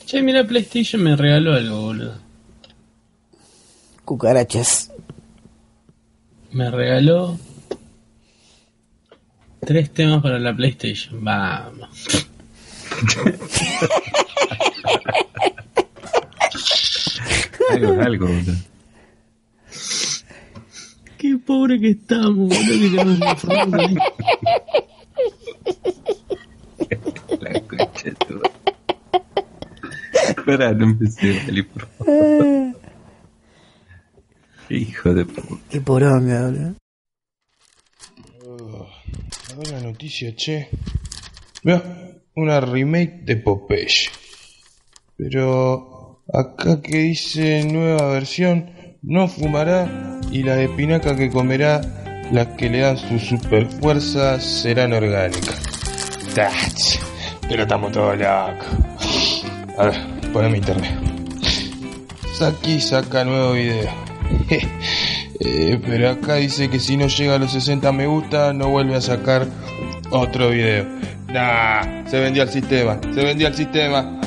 Che, mira, PlayStation me regaló algo, boludo. Cucarachas. Me regaló 3 temas para la PlayStation. Vamos. algo, boludo. Qué pobre que estamos, boludo, que tenemos una forma ahí. La concha de tu... Espera, no empecé, Eli, por favor. Hijo de puta. Qué poronga, boludo. A ver la noticia, che. Mira, una remake de Popeye. Pero acá que dice nueva versión, no fumará y las espinacas que comerá, las que le dan su super fuerza, serán orgánicas. Tach, pero estamos todos locos. A ver, poneme internet. Saki saca nuevo video. Pero acá dice que si no llega a los 60 me gusta, no vuelve a sacar otro video. Nah, se vendió al sistema, se vendió al sistema.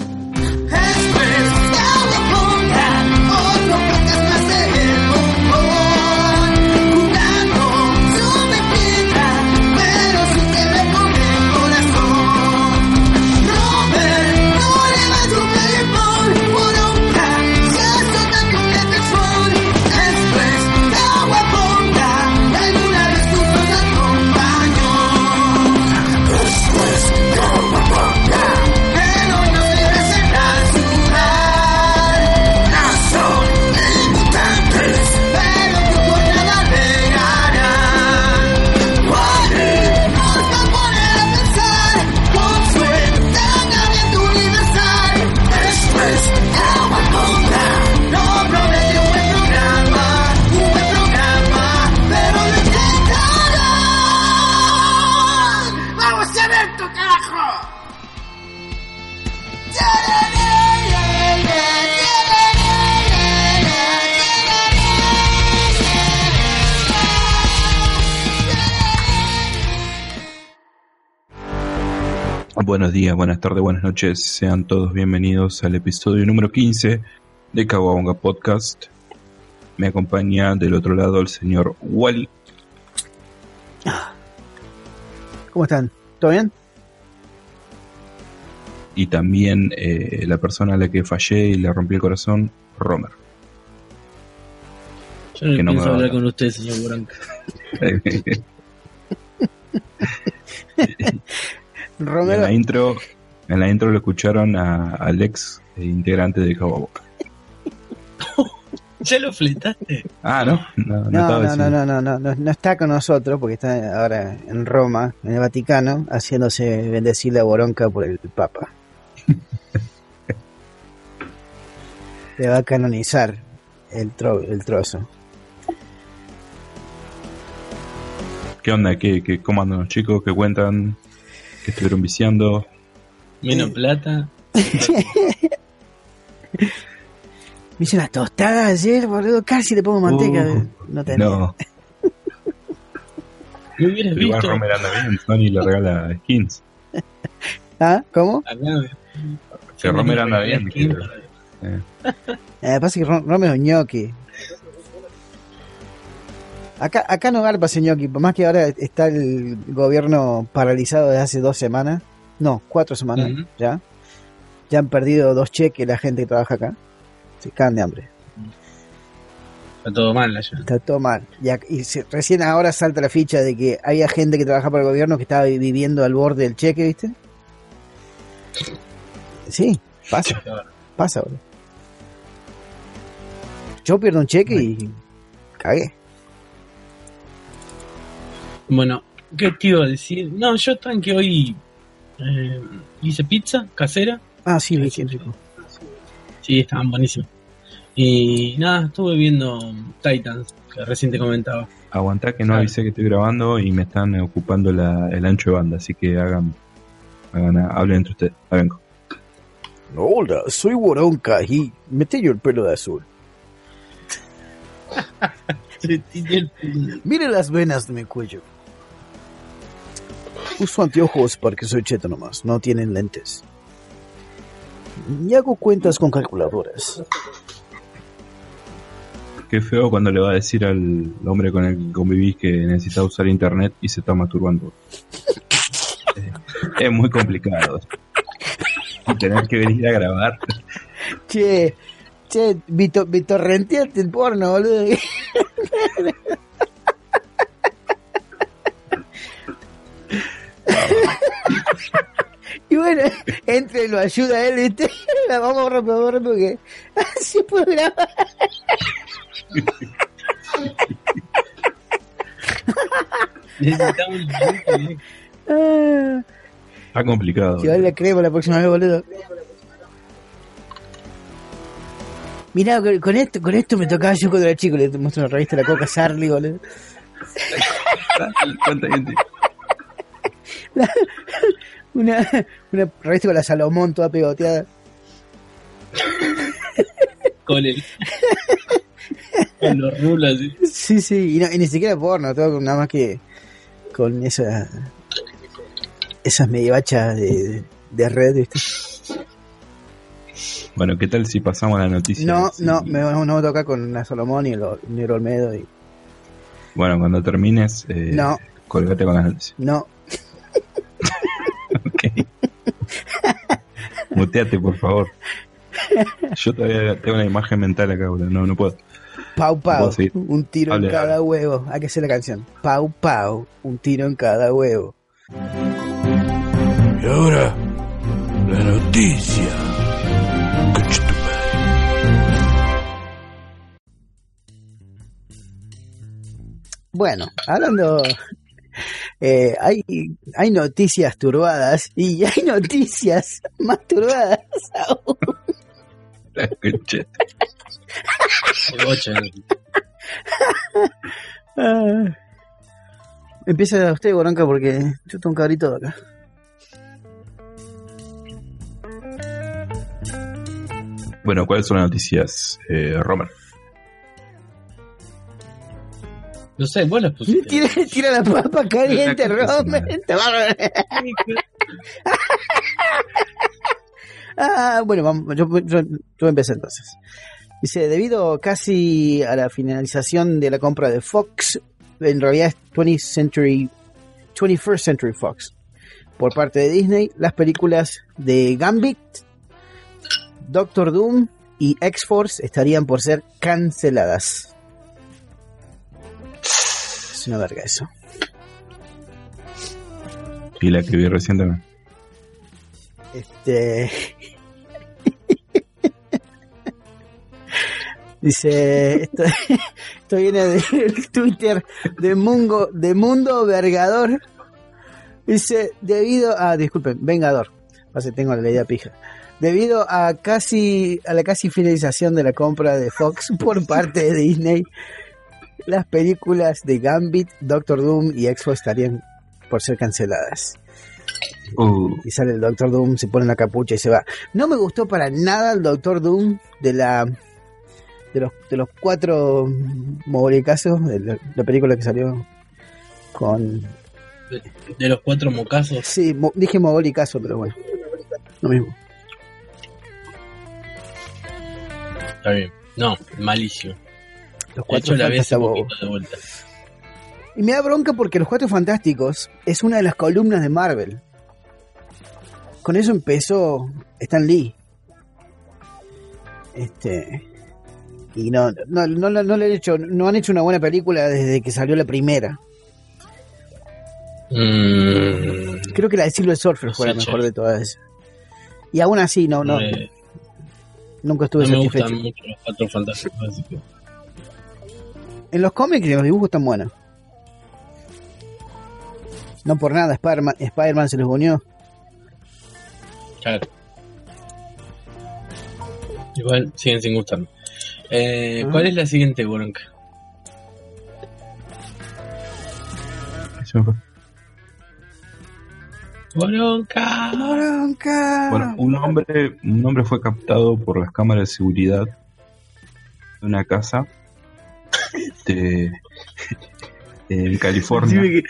Buenos días, buenas tardes, buenas noches. Sean todos bienvenidos al episodio número 15 de Caguabonga Podcast. Me acompaña del otro lado el señor Wally. ¿Cómo están? ¿Todo bien? Y también la persona a la que fallé y le rompí el corazón, Romer. Yo no Que no pienso me hablar va. con usted, señor Branca. Romero. En la intro lo escucharon al ex integrante de Caguabonga. ¿Ya lo fletaste? Ah, ¿no? No está con nosotros porque está ahora en Roma, en el Vaticano, haciéndose bendecir la boronca por el Papa. Le va a canonizar el trozo. ¿Qué onda? ¿Cómo andan los chicos? ¿Qué cuentan? ¿Qué estuvieron viciando? Menos plata. Me hice unas tostadas ayer, boludo. Casi le pongo manteca. No tenía. No. ¿Me hubieras Pero igual visto? Romer anda bien, Sony le regala skins. ¿Ah? ¿Cómo? Que Romer anda bien. Skin. Pasa que Romero es ñoqui. Acá no garpa ese ñoqui, por más que ahora está el gobierno paralizado desde hace 2 semanas. No, 4 semanas. Uh-huh. Ya han perdido 2 cheques la gente que trabaja acá. Se cagan de hambre. Está todo mal allá. Está todo mal. Recién ahora salta la ficha de que había gente que trabaja para el gobierno que estaba viviendo al borde del cheque, ¿viste? Sí, pasa, boludo. Yo pierdo un cheque y cagué. Bueno, ¿qué te iba a decir? No, yo tranqui hoy hice pizza casera. Ah, sí, sí, rico. Sí, estaban buenísimos. Y nada, estuve viendo Titans, que recién te comentaba. Aguantá que no avisé que estoy grabando y me están ocupando el ancho de banda, así que hablen entre ustedes. Ahí vengo. Hola, soy Boronca y me teño el pelo de azul. Mire las venas de mi cuello. Uso anteojos porque soy cheto nomás, no tienen lentes. Y hago cuentas con calculadoras. Qué feo cuando le va a decir al hombre con el que convivís que necesita usar internet y se está masturbando. Es muy complicado. Tener que venir a grabar. Che, torrenteate el porno, boludo. Y bueno, entre lo ayuda a él, ¿viste? Vamos a borrar porque así puedo grabar. Necesitamos Está complicado. Llevar la crema la próxima vez, boludo. Mirá, con esto me tocaba yo cuando era chico. Le muestro una revista de la Coca Sarli, boludo. ¿Cuánta gente? Una revista con la Salomón toda pegoteada. con los rulos. ¿Sí? Sí, y ni siquiera porno, todo nada más que con esas medievachas de red, ¿viste? Bueno, ¿qué tal si pasamos a la noticia? No, Sí. no me toca con la Salomón y el Negro Olmedo. Y... Bueno, cuando termines, No. colgate con las noticias. No, Ok. Muteate, por favor. Yo todavía tengo una imagen mental acá, boludo. No puedo. Pau, ¿Puedo seguir? un tiro Hable, en cada hable. huevo. Hay que hacer la canción. Pau, un tiro en cada huevo. Y ahora, la noticia. Bueno, hablando... hay noticias turbadas y hay noticias más turbadas aún. La concha. Ah. Empieza usted, Boronca, porque yo tengo un cabrito de acá. Bueno, ¿cuáles son las noticias, Romer? No sé, vos las pusiste. Tira la papa caliente, Romer. Bueno, vamos, yo empecé entonces. Dice, debido casi a la finalización de la compra de Fox, en realidad es 21st Century Fox, por parte de Disney, las películas de Gambit, Doctor Doom y X-Force estarían por ser canceladas. Es una verga eso. Y la que vi recién también. Dice, esto viene del Twitter de Mundo Vergador. Dice, disculpen, Vengador. Pase, tengo la idea pija. Debido a la casi finalización de la compra de Fox por parte de Disney, las películas de Gambit, Doctor Doom y X-Force estarían por ser canceladas. Y sale el Doctor Doom, se pone la capucha y se va. No me gustó para nada el Doctor Doom de los 4 mogolicazos de la película que salió con... De los 4 mocazos. Sí, dije mogolicazo, pero bueno, lo mismo. Está bien. No, malísimo. Los De hecho, 4 la ves Fantásticos un Bobos. poquito de vuelta. Y me da bronca porque los 4 Fantásticos es una de las columnas de Marvel. Con eso empezó Stan Lee. Y no le han hecho, no han hecho una buena película desde que salió la primera. Creo que la de Silver Surfer fue la Sí, mejor che. de todas. Y aún así nunca estuve No me satisfecho. gustan mucho los 4 fantásticos, así que... En los cómics y en los dibujos están buenos. No por nada, Spider-Man se los unió. Claro. Igual siguen sin gustarme. ¿Cuál es la siguiente, Boronca? Eso fue. ¡Boronca! Bueno, un hombre fue captado por las cámaras de seguridad de una casa en California.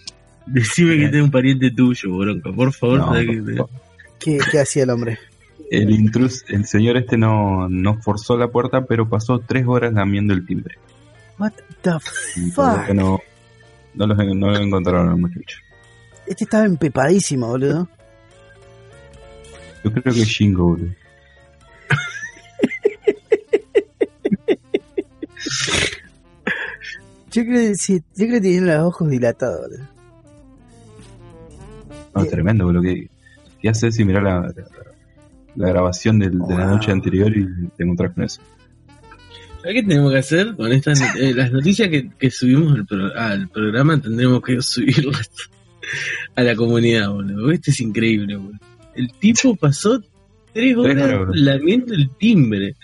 Decime que tenés un pariente tuyo, Boronca, por favor. No, ¿sabes qué? ¿Qué hacía el hombre? el señor este no forzó la puerta, pero pasó 3 horas lamiendo el timbre. What the Y por fuck? eso no lo encontraron al muchacho. Este estaba empepadísimo, boludo. Yo creo que es Shingo, boludo. Yo creo que tiene los ojos dilatados, boludo. No, tremendo, boludo. ¿Qué haces si mirás la grabación de la noche anterior y te encontrás con eso? ¿Sabes qué tenemos que hacer con estas las noticias que subimos al programa? Tendremos que subirlas a la comunidad, boludo. Este es increíble, boludo. El tipo pasó 3 horas lamiendo el timbre.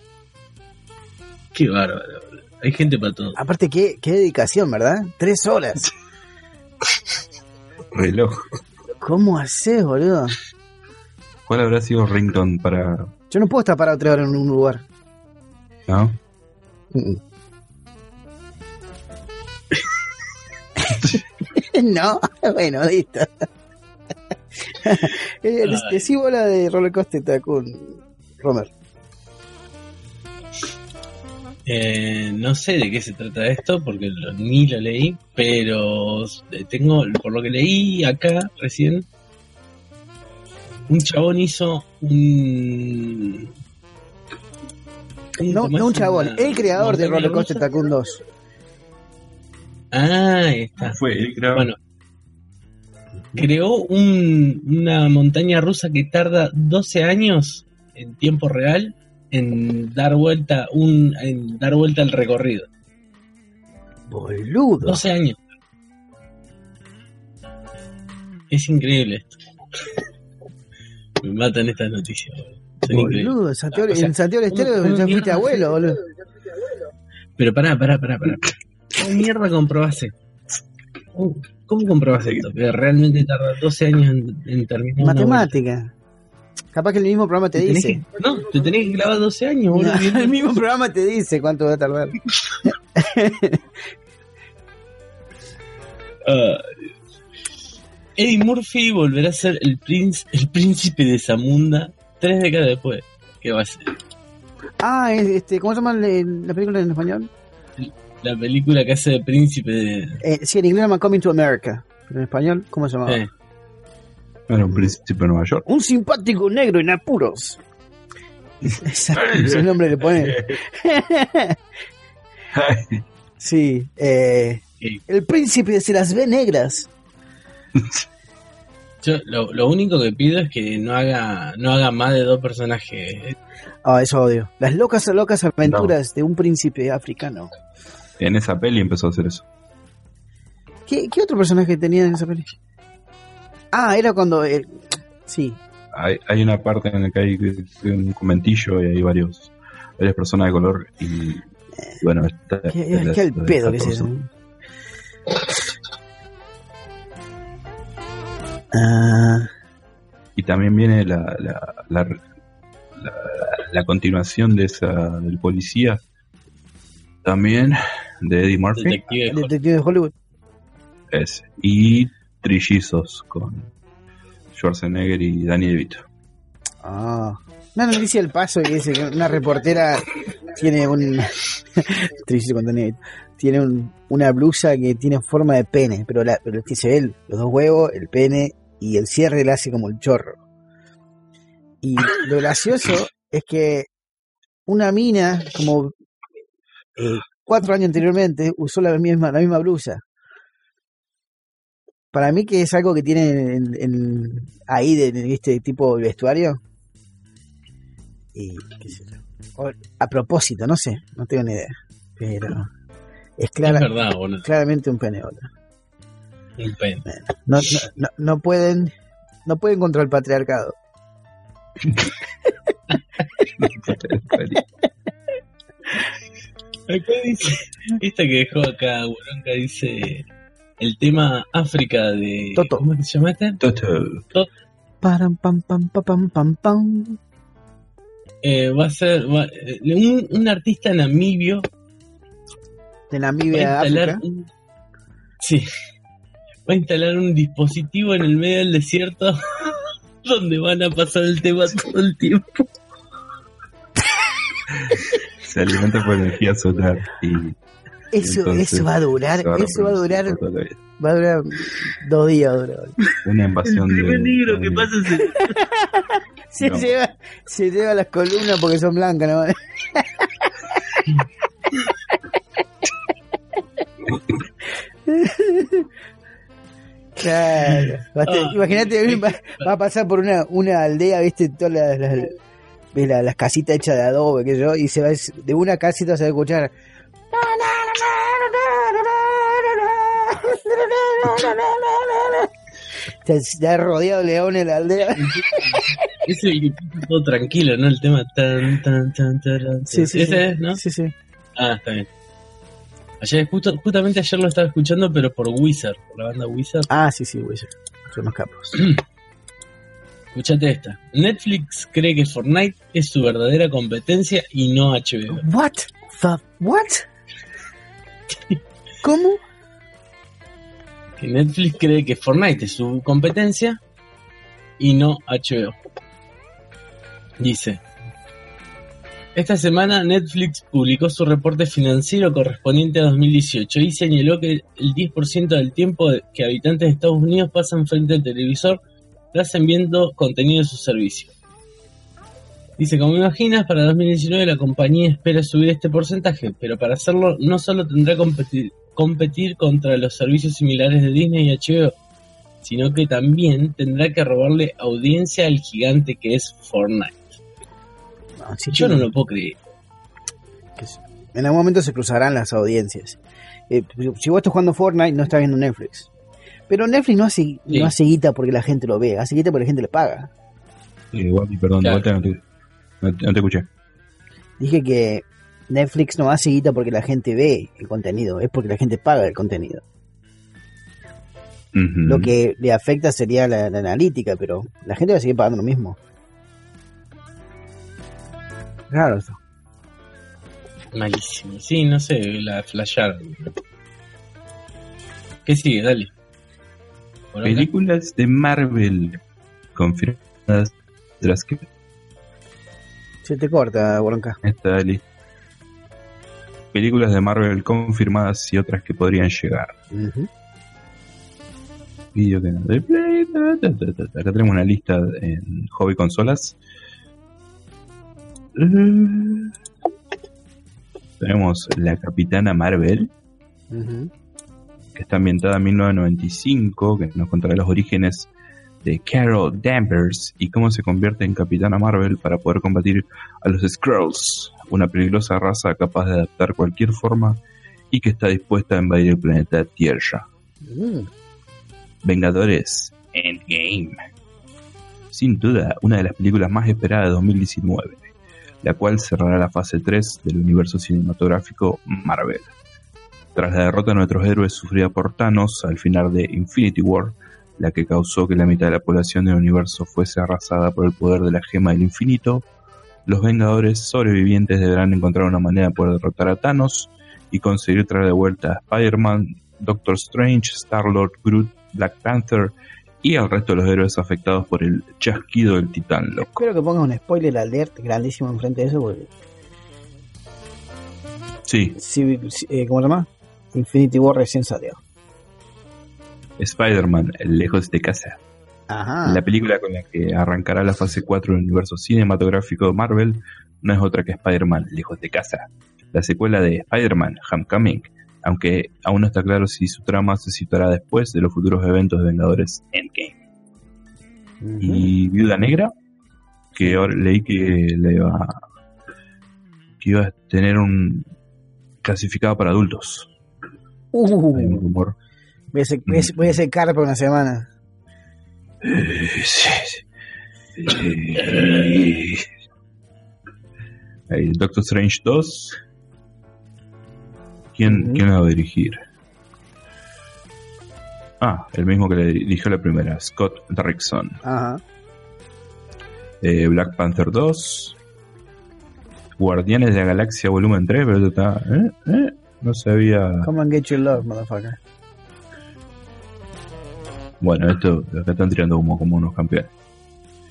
Qué bárbaro, boludo. Hay gente para todo. Aparte, qué dedicación, ¿verdad? 3 horas. Reloj. ¿Cómo haces, boludo? ¿Cuál habrá sido ringtone para...? Yo no puedo estar parado 3 horas en un lugar. ¿No? No, bueno, listo. Decí bola de Roller Coaster Tycoon, Romer. No sé de qué se trata esto porque ni lo leí, pero tengo, por lo que leí acá recién, un chabón hizo No un chabón, el creador de Roller Coaster Tycoon 2. Ah, ahí está. Fue el creador. Bueno, creó una montaña rusa que tarda 12 años en tiempo real en dar vuelta al recorrido. Boludo. 12 años. Es increíble esto. Me matan estas noticias, boludo. Son increíbles. Boludo, en Santiago del Estero ya fuiste abuelo, boludo. Pero pará. ¿Cómo mierda comprobás esto? ¿Cómo comprobás esto? Que realmente tarda 12 años en terminar una Matemática. Capaz que el mismo programa te dice. Te tenés que clavar 12 años, boludo. No, el mismo programa te dice cuánto va a tardar. Eddie Murphy volverá a ser el príncipe de Zamunda 3 décadas después. ¿Qué va a ser? ¿Cómo se llama la película en español? La película que hace de príncipe de... Sí, en inglés se llama Coming to America. Pero en español, ¿cómo se llama? Era un príncipe de Nueva York. Un simpático negro en apuros. Ese nombre le pone. Sí. El príncipe se las ve negras. Yo lo único que pido es que no haga más de 2 personajes. Eso odio. Las locas aventuras de un príncipe africano. En esa peli empezó a hacer eso. ¿Qué otro personaje tenía en esa peli? Era cuando... sí. Hay una parte en la que hay un conventillo y hay varias personas de color y bueno... ¿Qué el pedo que es eso? Y también viene la continuación de esa del policía, también de Eddie Murphy, Detective de Hollywood. Y Trillizos con Schwarzenegger y Danny DeVito. Una noticia del Paso que dice que una reportera tiene Trillizos con Danny DeVito tiene una blusa que tiene forma de pene, pero se ven los 2 huevos, el pene y el cierre le hace como el chorro. Y lo gracioso es que una mina, como 4 años anteriormente, usó la misma blusa. Para mí que es algo que tienen ahí de este tipo de vestuario. Y qué sé yo. A propósito, no sé, no tengo ni idea. Pero es verdad, boludo. Claramente un pene, boludo. Un pene. No pueden contra el patriarcado. Acá dice, esta que dejó acá Buronca dice el tema África de Toto. ¿Cómo se llama este? Toto. Param pam pam pam pam pam. Va a ser un artista namibio De Namibia, África. Va a instalar un dispositivo en el medio del desierto donde van a pasar el tema todo el tiempo. Se alimenta por energía solar y Eso va a durar, va a durar 2 días. Una invasión El primer de libro que pasa es No. Se lleva las columnas porque son blancas, ¿no? Claro. Imagínate, va a pasar por una aldea, viste, todas las casitas hechas de adobe, que yo, y se va de una casita se va a escuchar. Está rodeado de leones en la aldea. Es el todo tranquilo, ¿no? El tema tan, tan, tan, tan. Sí, sí, ¿Ese es, no? Sí, sí. Ah, está bien. Justamente ayer lo estaba escuchando, pero por Wizard, por la banda Wizard. Ah, sí, güey. Son los capos. Escuchate esta. Netflix cree que Fortnite es su verdadera competencia y no HBO. What? ¿Cómo? Que Netflix cree que Fortnite es su competencia y no HBO. Dice: esta semana Netflix publicó su reporte financiero correspondiente a 2018 y señaló que el 10% del tiempo que habitantes de Estados Unidos pasan frente al televisor lo hacen viendo contenido de su servicio. Dice: como imaginas, para 2019 la compañía espera subir este porcentaje, pero para hacerlo no solo tendrá que competir contra los servicios similares de Disney y HBO, sino que también tendrá que robarle audiencia al gigante que es Fortnite. No, sí, Yo no lo puedo creer. En algún momento se cruzarán las audiencias. Si vos estás jugando Fortnite, no estás viendo Netflix. Pero Netflix no hace guita porque la gente lo ve, hace guita porque la gente le paga. Igual, perdón, Claro. de vuelta no te escuché. Dije que Netflix no hace guita porque la gente ve el contenido, es porque la gente paga el contenido. Ujú. Lo que le afecta sería la analítica, pero la gente va a seguir pagando lo mismo. Claro, eso. Malísimo. Sí, no sé, la flasharon. ¿Qué sigue? Dale. Por acá. Películas de Marvel confirmadas tras que Se te corta, Bronca. esta lista. Películas de Marvel confirmadas y otras que podrían llegar. Ujú. Video canal de Play, Acá tenemos una lista en Hobby Consolas. Tenemos la Capitana Marvel, Ujú. que está ambientada en 1995, que nos contará los orígenes de Carol Danvers y cómo se convierte en Capitana Marvel para poder combatir a los Skrulls, una peligrosa raza capaz de adaptar cualquier forma y que está dispuesta a invadir el planeta Tierra. Vengadores Endgame. Sin duda, una de las películas más esperadas de 2019, la cual cerrará la fase 3 del universo cinematográfico Marvel. Tras la derrota de nuestros héroes sufrida por Thanos al final de Infinity War, la que causó que la mitad de la población del universo fuese arrasada por el poder de la Gema del Infinito, los Vengadores sobrevivientes deberán encontrar una manera de poder derrotar a Thanos y conseguir traer de vuelta a Spider-Man, Doctor Strange, Star-Lord, Groot, Black Panther y al resto de los héroes afectados por el chasquido del Titán Loco. Espero que pongas un spoiler alert grandísimo enfrente de eso, porque Sí, ¿cómo se llama? Infinity War recién salió. Spider-Man, lejos de casa. Ajá. La película con la que arrancará la fase 4 del universo cinematográfico de Marvel no es otra que Spider-Man, lejos de casa, la secuela de Spider-Man, Homecoming, aunque aún no está claro si su trama se situará después de los futuros eventos de Vengadores Endgame. Ujú. Y Viuda Negra, que ahora leí que iba a tener un clasificado para adultos. Hay un rumor. Voy a hacer carpa una semana. Hay Doctor Strange 2. ¿Quién la va a dirigir? El mismo que le dirigió la primera, Scott Derrickson. Ajá. Black Panther 2. Guardianes de la Galaxia Volumen 3, pero esto está... No sabía... Come and get your love, motherfucker. Bueno, esto acá están tirando como unos campeones.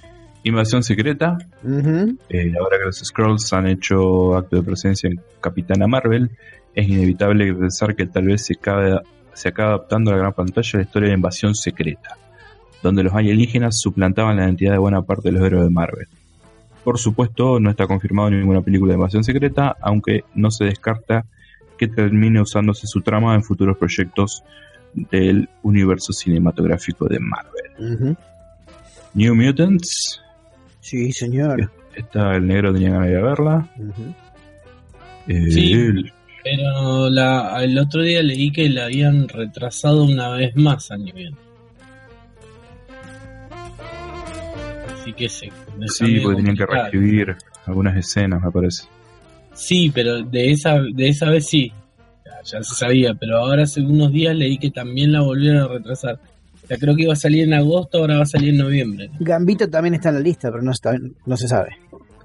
Invasión Secreta. Ujú. Ahora que los Skrulls han hecho acto de presencia en Capitana Marvel, es inevitable pensar que tal vez se acaba adaptando a la gran pantalla la historia de Invasión Secreta, donde los alienígenas suplantaban la identidad de buena parte de los héroes de Marvel. Por supuesto, no está confirmado en ninguna película de Invasión Secreta, aunque no se descarta que termine usándose su trama en futuros proyectos del universo cinematográfico de Marvel. Ujú. New Mutants. Sí, señor. Esta el negro tenía ganas de ir a verla. Ujú. Sí. El- Pero el otro día leí que la habían retrasado una vez más a nivel. Así que sí, porque tenían que reescribir algunas escenas, me parece. Sí, pero de esa vez sí. Ya se sabía, pero ahora hace unos días leí que también la volvieron a retrasar. O sea, creo que iba a salir en agosto, ahora va a salir en noviembre. Gambito también está en la lista, pero no se sabe.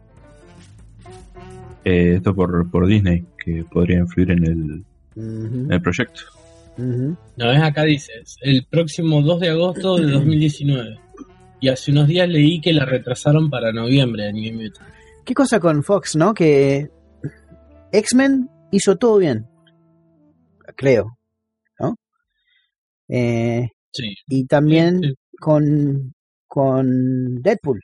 Esto por Disney, que podría influir en Ujú. el proyecto. Ujú. No, es acá dices, el próximo 2 de agosto de 2019. Y hace unos días leí que la retrasaron para noviembre de New Mutants. ¿Qué cosa con Fox, no? Que X-Men hizo todo bien. Creo, ¿no? Sí. Y también Sí. con Deadpool.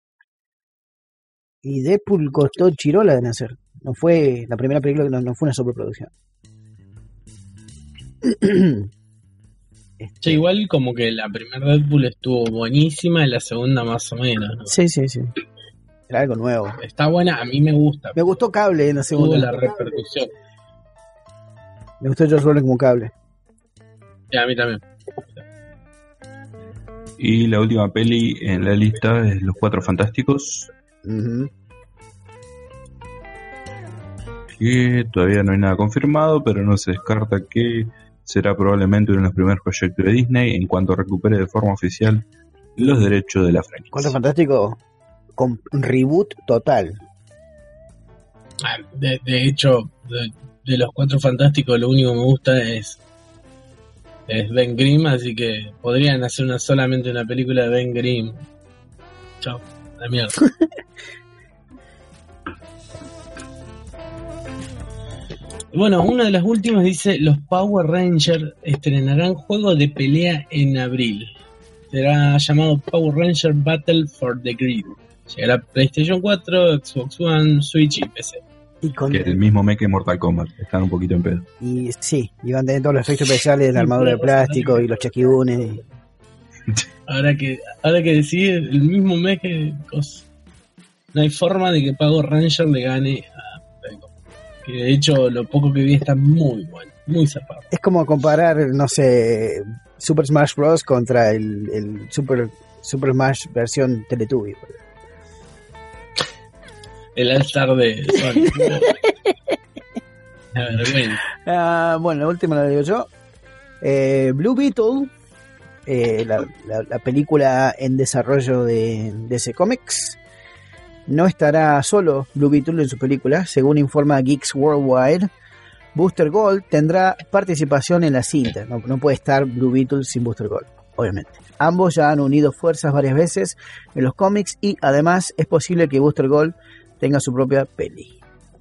Y Deadpool costó chirola de nacer. No fue la primera película, no fue una sobreproducción. Che, igual como que la primera Deadpool estuvo buenísima y la segunda más o menos, ¿no? Sí. Era algo nuevo. Está buena, a mí me gusta. Me gustó Cable en la Tuvo segunda. la repercusión. Me gustó George Rollins como Cable. Sí, a mí también. Y la última peli en la lista es Los Cuatro Fantásticos, Ujú. que todavía no hay nada confirmado, pero no se descarta que será probablemente uno de los primeros proyectos de Disney en cuanto recupere de forma oficial los derechos de la Cuatro franquicia. Fantástico con reboot total. De hecho, de los Cuatro Fantásticos, lo único que me gusta es Ben Grimm, así que podrían hacer solamente una película de Ben Grimm. Chao, la mierda. Bueno, una de las últimas dice: los Power Rangers estrenarán juego de pelea en abril. Será llamado Power Ranger Battle for the Grid. Llegará a PlayStation 4, Xbox One, Switch y PC. Que es el mismo mes que Mortal Kombat, están un poquito en pedo. Y sí, iban a tener todos los efectos especiales de la armadura de plástico y los chaquibunes. Ahora que decir el mismo mes que no hay forma de que Power Ranger le gane a Dragon. Que de hecho lo poco que vi está muy bueno, muy zapado. Es como comparar, no sé, Super Smash Bros. Contra el Super Smash versión Teletubby. El All-Star de Sonic. La vergüenza. Bueno, la última la digo yo. Blue Beetle, la película en desarrollo de DC Comics. No estará solo Blue Beetle en su película, según informa Geeks Worldwide. Booster Gold tendrá participación en la cinta. No puede estar Blue Beetle sin Booster Gold, obviamente. Ambos ya han unido fuerzas varias veces en los cómics y además es posible que Booster Gold tenga su propia peli.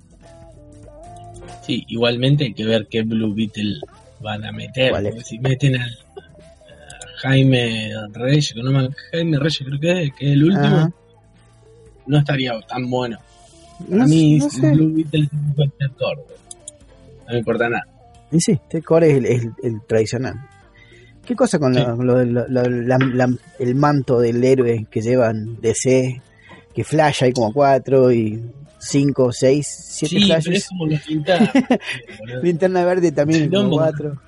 Sí, igualmente hay que ver qué Blue Beetle van a meter. Porque si meten a Jaime Reyes, Jaime Reyes creo que es el último. Ajá. No estaría tan bueno. A mí no sé. Blue Beetle puede ser Thor. No me importa nada. Y sí, Thor es el tradicional. ¿Qué cosa con sí. El manto del héroe que llevan DC? Que flash hay como 4 y 5, 6, 7 sí, flashes. Pero es como los linternas. Linterna verde también como 4.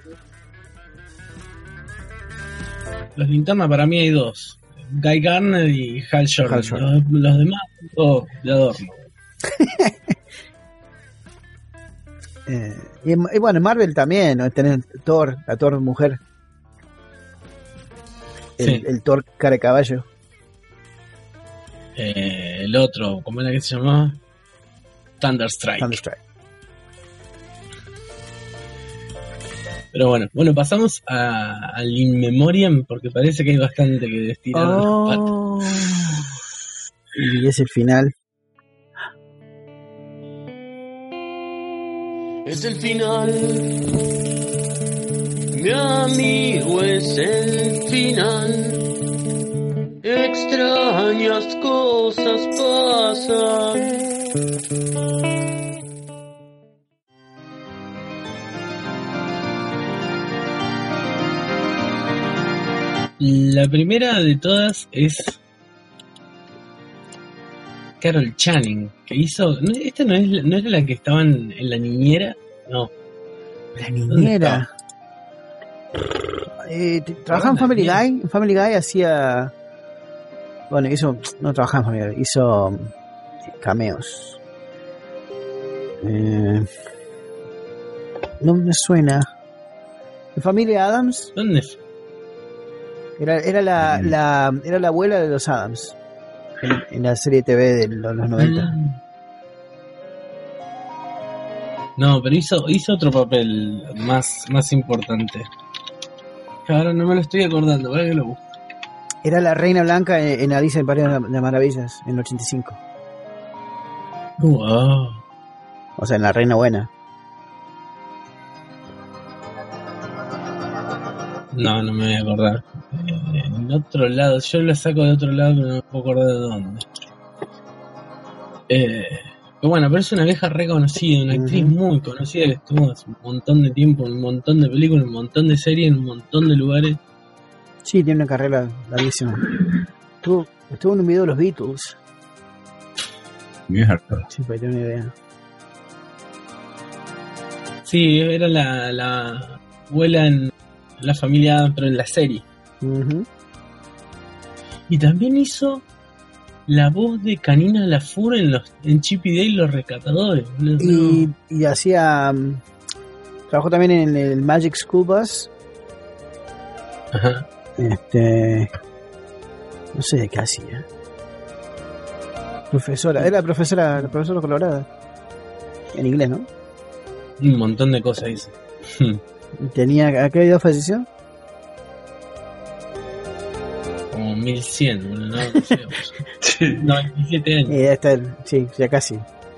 Los linternas para mí hay 2. Guy Gardner y Hal Jordan. Los demás, todos de adorno. Y bueno, Marvel también, ¿no? Tener Thor, la Thor mujer. El Thor cara de caballo. El otro, ¿cómo era que se llamaba? Thunderstrike. Pero bueno, pasamos al In Memoriam porque parece que hay bastante que destirar. Y es el final. Es el final, mi amigo, es el final. Extrañas cosas pasan. La primera de todas es Carol Channing, que hizo... ¿Esta no era la que estaban en la niñera? No. La niñera. Trabajaba en Family Guy. En Family Guy hacía... Bueno, no trabajaba en Family Guy, hizo cameos. No me suena. ¿En Familia Adams? ¿Dónde fue? Era la abuela de los Adams en la serie TV de los 90. No, pero hizo otro papel más importante. Ahora no me lo estoy acordando, para que lo busco. Era la Reina Blanca en Alicia en el País de las Maravillas en el 85. Wow. O sea, en La Reina Buena. No me voy a acordar. En otro lado, yo lo saco de otro lado, pero no me puedo acordar de dónde. Pero bueno, pero es una vieja reconocida, una actriz muy conocida que estuvo hace un montón de tiempo en un montón de películas, en un montón de series, en un montón de lugares. Sí, tiene una carrera larguísima. Estuvo en un video de los Beatles. Mierda. Sí, para que tenga una idea. Sí, era la abuela en la familia, pero en la serie. Y también hizo la voz de Canina Lafur en Chip y Dale Los Rescatadores. Y hacía... trabajó también en el Magic School Bus. Ajá. No sé de qué hacía. Profesora. Era profesora colorada. En inglés, ¿no? Un montón de cosas hizo. ¿A qué edad falleció? Como 1100, bueno, no llegamos. 97 años. Sí, ya casi.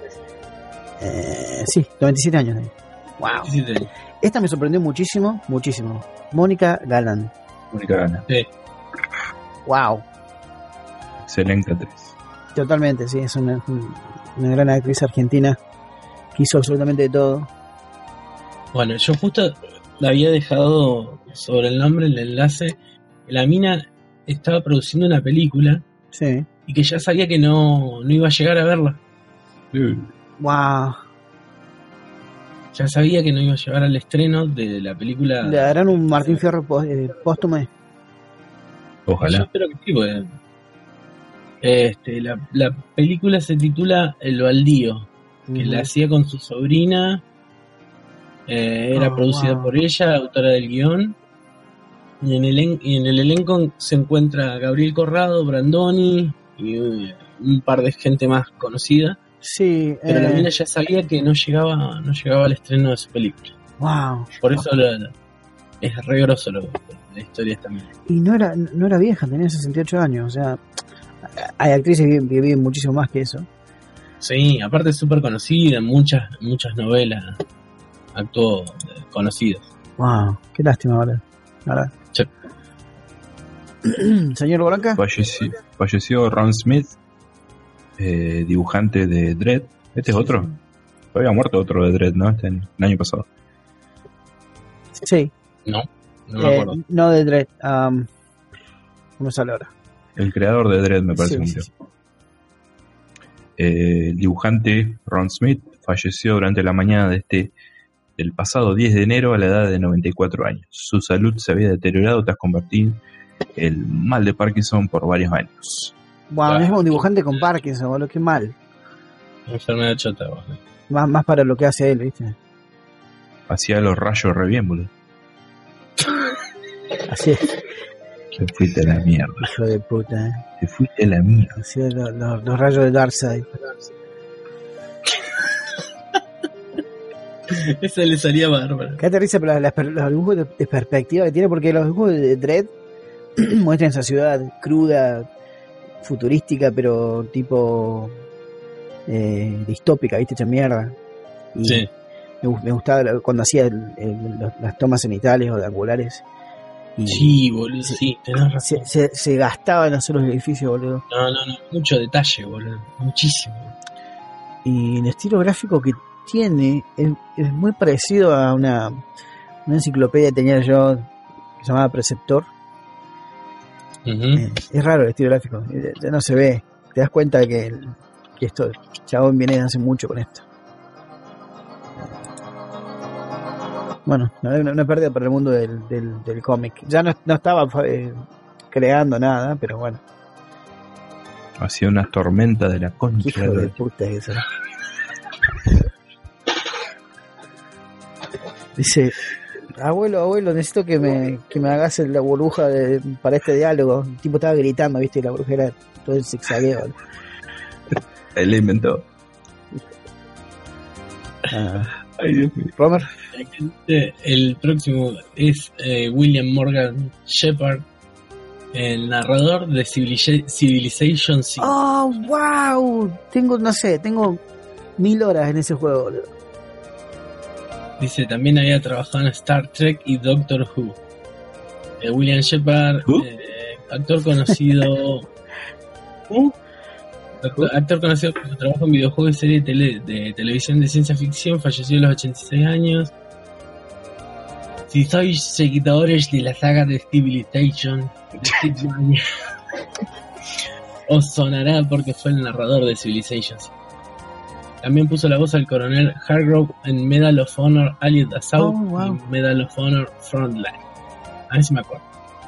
Sí, 97 años. Wow. 97 años. Esta me sorprendió muchísimo. Mónica Galán. Mónica Galán. Sí. Wow. Excelente actriz. Totalmente, sí, es una gran actriz argentina que hizo absolutamente de todo. Bueno, yo justo le había dejado sobre el nombre, el enlace. La mina estaba produciendo una película. Sí. Y que ya sabía que no iba a llegar a verla. Wow. Ya sabía que no iba a llegar al estreno de la película. ¿Le darán un Martín Fierro póstumo? Ojalá. Yo espero que sí, porque la película se titula El Baldío, que la hacía con su sobrina. Era producida por ella, autora del guión. Y en el elenco se encuentra Gabriel Corrado, Brandoni y un par de gente más conocida. Sí. Pero la mina ya sabía que no llegaba al estreno de su película. Wow. Por eso es re grosso la historia también. Y no era vieja, tenía 68 años. O sea, hay actrices que viven muchísimo más que eso. Sí, aparte es súper conocida, en muchas novelas actuó conocidas. Wow, qué lástima ahora. Sí. Señor Blanca. Falleció Ron Smith, dibujante de Dredd. ¿Este es otro? Había muerto otro de Dredd, ¿no? El año pasado. Sí. No me acuerdo. No de Dredd. ¿Cómo sale ahora? El creador de Dredd, me parece. Sí. El dibujante Ron Smith falleció durante la mañana del pasado 10 de enero a la edad de 94 años. Su salud se había deteriorado tras combatir el mal de Parkinson por varios años. Wow, es un dibujante con Parkinson, boludo, qué mal. Enfermedad chota, boludo. Más para lo que hace él, ¿viste? Hacía los rayos re bien, boludo. Así es. Te fuiste a la mierda. Hijo de puta, ¿eh? Te fuiste a la mierda. Hacía los rayos de Darkseid. Esa le salía bárbaro. Qué risa por los dibujos de perspectiva que tiene, porque los dibujos de Dredd muestran esa ciudad cruda, futurística, pero tipo distópica, ¿viste? Hecha mierda. Y Sí. me gustaba cuando hacía las tomas cenitales o de angulares. Y Sí, boludo, sí, tenés razón. se gastaba en hacer los edificios, boludo. No, mucho detalle, boludo, muchísimo. Y el estilo gráfico que tiene es muy parecido a una enciclopedia que tenía yo que se llamaba Preceptor. Ujú. Es raro el estilo gráfico, ya no se ve. Te das cuenta que esto, el chabón viene hace mucho con esto. Bueno, una pérdida para el mundo del cómic. Ya no estaba creando nada, pero bueno. Hacía una tormenta de la Qué concha. hijo de puta es eso. Dice, abuelo, necesito que me hagas la burbuja para este diálogo. El tipo estaba gritando, viste, y la burbuja era todo el zigzagueo. Él la inventó. Ay, Dios mío. Romer. El próximo es William Morgan Shepard, el narrador de Civilization 5. Oh, wow. Tengo 1000 horas en ese juego, boludo. Dice, también había trabajado en Star Trek y Doctor Who. William Shepard, actor conocido... Actor conocido por su trabajo en videojuegos y series de televisión de ciencia ficción, falleció a los 86 años. Si sois seguidores de la saga de Civilization, os sonará porque fue el narrador de Civilization. También puso la voz al coronel Hargrove en Medal of Honor Allied Assault y Medal of Honor Frontline. A ver si me acuerdo.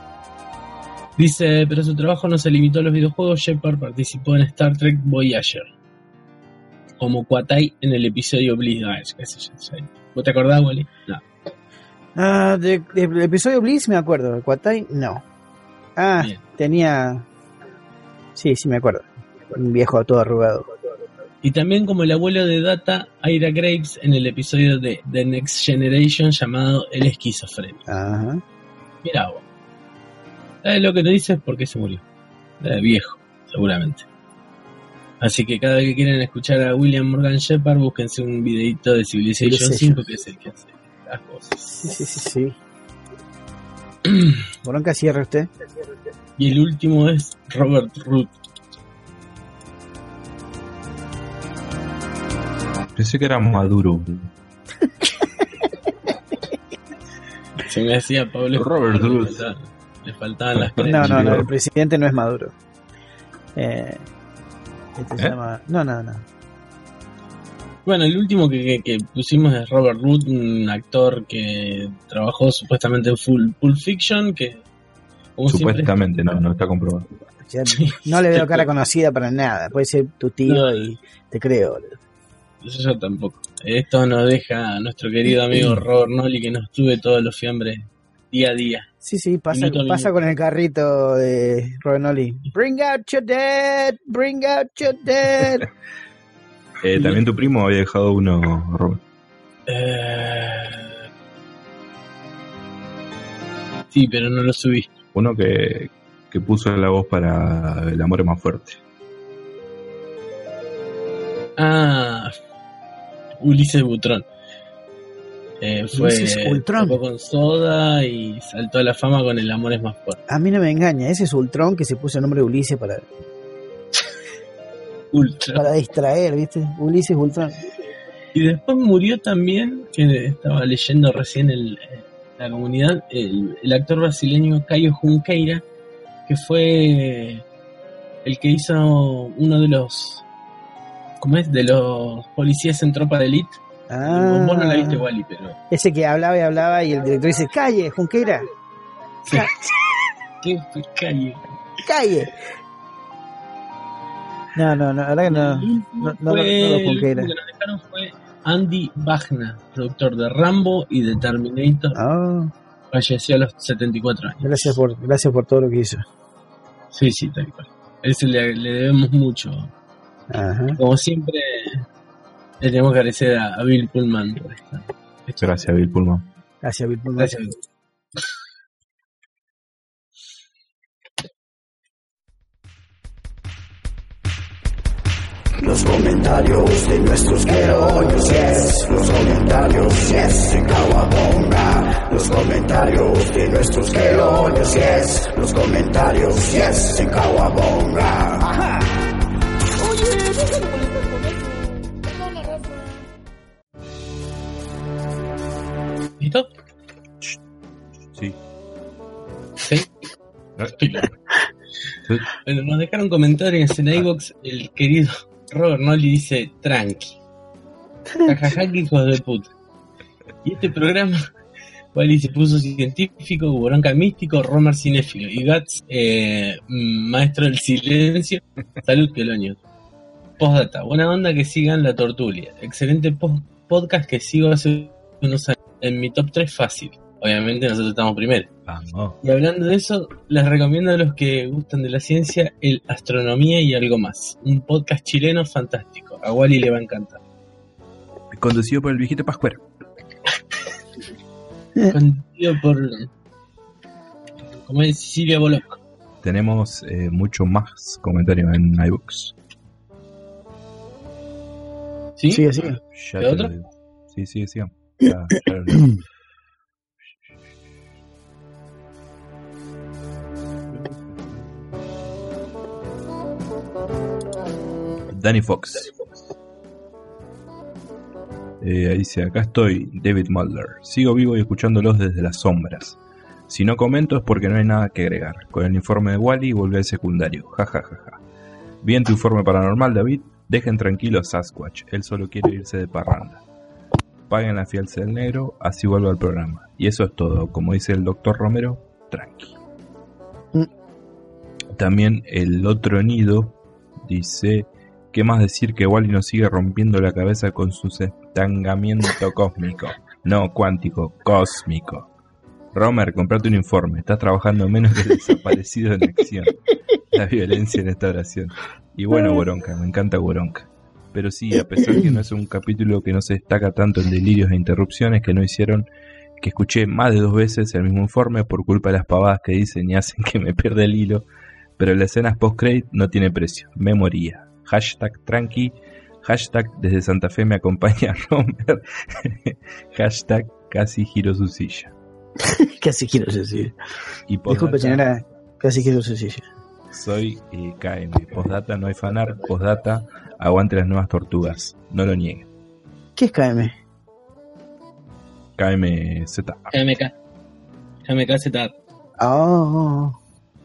Dice, pero su trabajo no se limitó a los videojuegos. Shepard participó en Star Trek Voyager como Quatai en el episodio Bliss. Qué sé yo. ¿Vos te acordás, Wally? No. Del episodio Bliss me acuerdo, el Quatai no. Bien. Tenía... Sí, me acuerdo. Un viejo todo arrugado. Y también como el abuelo de Data, Ira Graves, en el episodio de The Next Generation llamado El Esquizofrénico. Ajá. Mirá vos. Lo que te dice es por qué se murió. Viejo, seguramente. Así que cada vez que quieran escuchar a William Morgan Shepard, búsquense un videito de Civilization 5, que es el que hace las cosas. Sí. Bronca, cierra usted. Y el último es Robert Root. Pensé que era Maduro. Se me hacía Pablo Robert Root. Le faltaban las creencias. No, el presidente no es Maduro. Se llama... No. Bueno, el último que pusimos es Robert Root, un actor que trabajó supuestamente en Pulp Fiction, que... Supuestamente, no está comprobado. O sea, no le veo cara conocida para nada. Puede ser tu tío y te creo. Yo tampoco. Esto nos deja a nuestro querido amigo Robert Nolly, que nos tuve todos los fiambres día a día. Sí, pasa con el carrito de Robert Nolly. Bring out your dead. También tu primo había dejado uno, Robert. Sí, pero no lo subí. Uno que puso la voz para El amor es más fuerte. Ulises Butrón. Ulises Ultron. Tocó con Soda y saltó a la fama con El amor es más fuerte. A mí no me engaña, ese es Ultron que se puso el nombre de Ulises para distraer, ¿viste? Ulises Ultron. Y después murió también, que estaba leyendo recién la comunidad, el actor brasileño Caio Junqueira, que fue el que hizo uno de los... ¿Cómo es? De los policías en Tropa de Elite. Vos no la viste, Wally, pero... Ese que hablaba y el director dice, ¡calle, Junqueira! ¿Qué fue Calle? ¡Calle! No, la verdad que no Junqueira. El que nos dejaron fue Andy Wagner, productor de Rambo y de Terminator. Falleció a los 74 años. Gracias por todo lo que hizo. Sí, tal cual. A ese le debemos mucho. Ajá. Como siempre, le tenemos que agradecer a Bill Pullman por esto. Gracias, Bill Pullman. Gracias, Bill Pullman. Gracias. los comentarios de nuestros queroños, yes, los comentarios, yes, en Kawabonga, los comentarios de nuestros queroños, yes, los comentarios, yes, en Kawabonga. Ajá. Oye, déjame molestar con eso. Perdona, Rafa. ¿Listo? Sí. ¿Sí? Bueno, nos dejaron comentarios en iVoox. El querido Robert Nolly dice: tranqui. Jajaja, que hijos de puta. Y este programa, Wally se puso científico, Boronca místico, Romer cinéfilo y Gats, maestro del silencio. Salud, Queloños. Postdata, buena onda, que sigan la tortulia. Excelente podcast que sigo hace unos años. En mi top 3 fácil. Obviamente nosotros estamos primero. Vamos. Y hablando de eso, les recomiendo a los que gustan de la ciencia el Astronomía y algo más. Un podcast chileno fantástico. A Wally le va a encantar. Conducido por el viejito Pascuero. Conducido por... como es Silvia Boloco. Tenemos mucho más comentarios en iBooks. ¿Sí? Sigue. Ya ¿Qué te otro? lo digo. Sí, sigamos. Ya lo leo. Danny Fox. Dice, acá estoy, David Mulder. Sigo vivo y escuchándolos desde las sombras. Si no comento es porque no hay nada que agregar. Con el informe de Wally volví al secundario. Ja. Bien tu informe paranormal, David. Dejen tranquilo a Sasquatch. Él solo quiere irse de parranda. Paguen la fianza del negro, así vuelvo al programa. Y eso es todo. Como dice el doctor Romero, tranqui. También el otro nido dice... ¿Qué más decir que Wally nos sigue rompiendo la cabeza con su estancamiento cósmico? No cuántico, cósmico. Romer, comprate un informe. Estás trabajando menos que el desaparecido en acción. La violencia en esta oración. Y bueno, Boronca, me encanta Boronca. Pero sí, a pesar que no es un capítulo que no se destaca tanto en delirios e interrupciones que no hicieron que escuché más de 2 veces el mismo informe por culpa de las pavadas que dicen y hacen que me pierda el hilo. Pero la escena post-credit no tiene precio. Me moría. Hashtag tranqui, hashtag desde Santa Fe me acompaña Romer, hashtag casi giro su silla. Casi quiero decir. Y Disculpe, señora, casi quiero su silla. Soy KM, postdata no hay fanart, postdata aguante las nuevas tortugas, no lo nieguen. ¿Qué es KM? KMZ. KMKZ. Oh.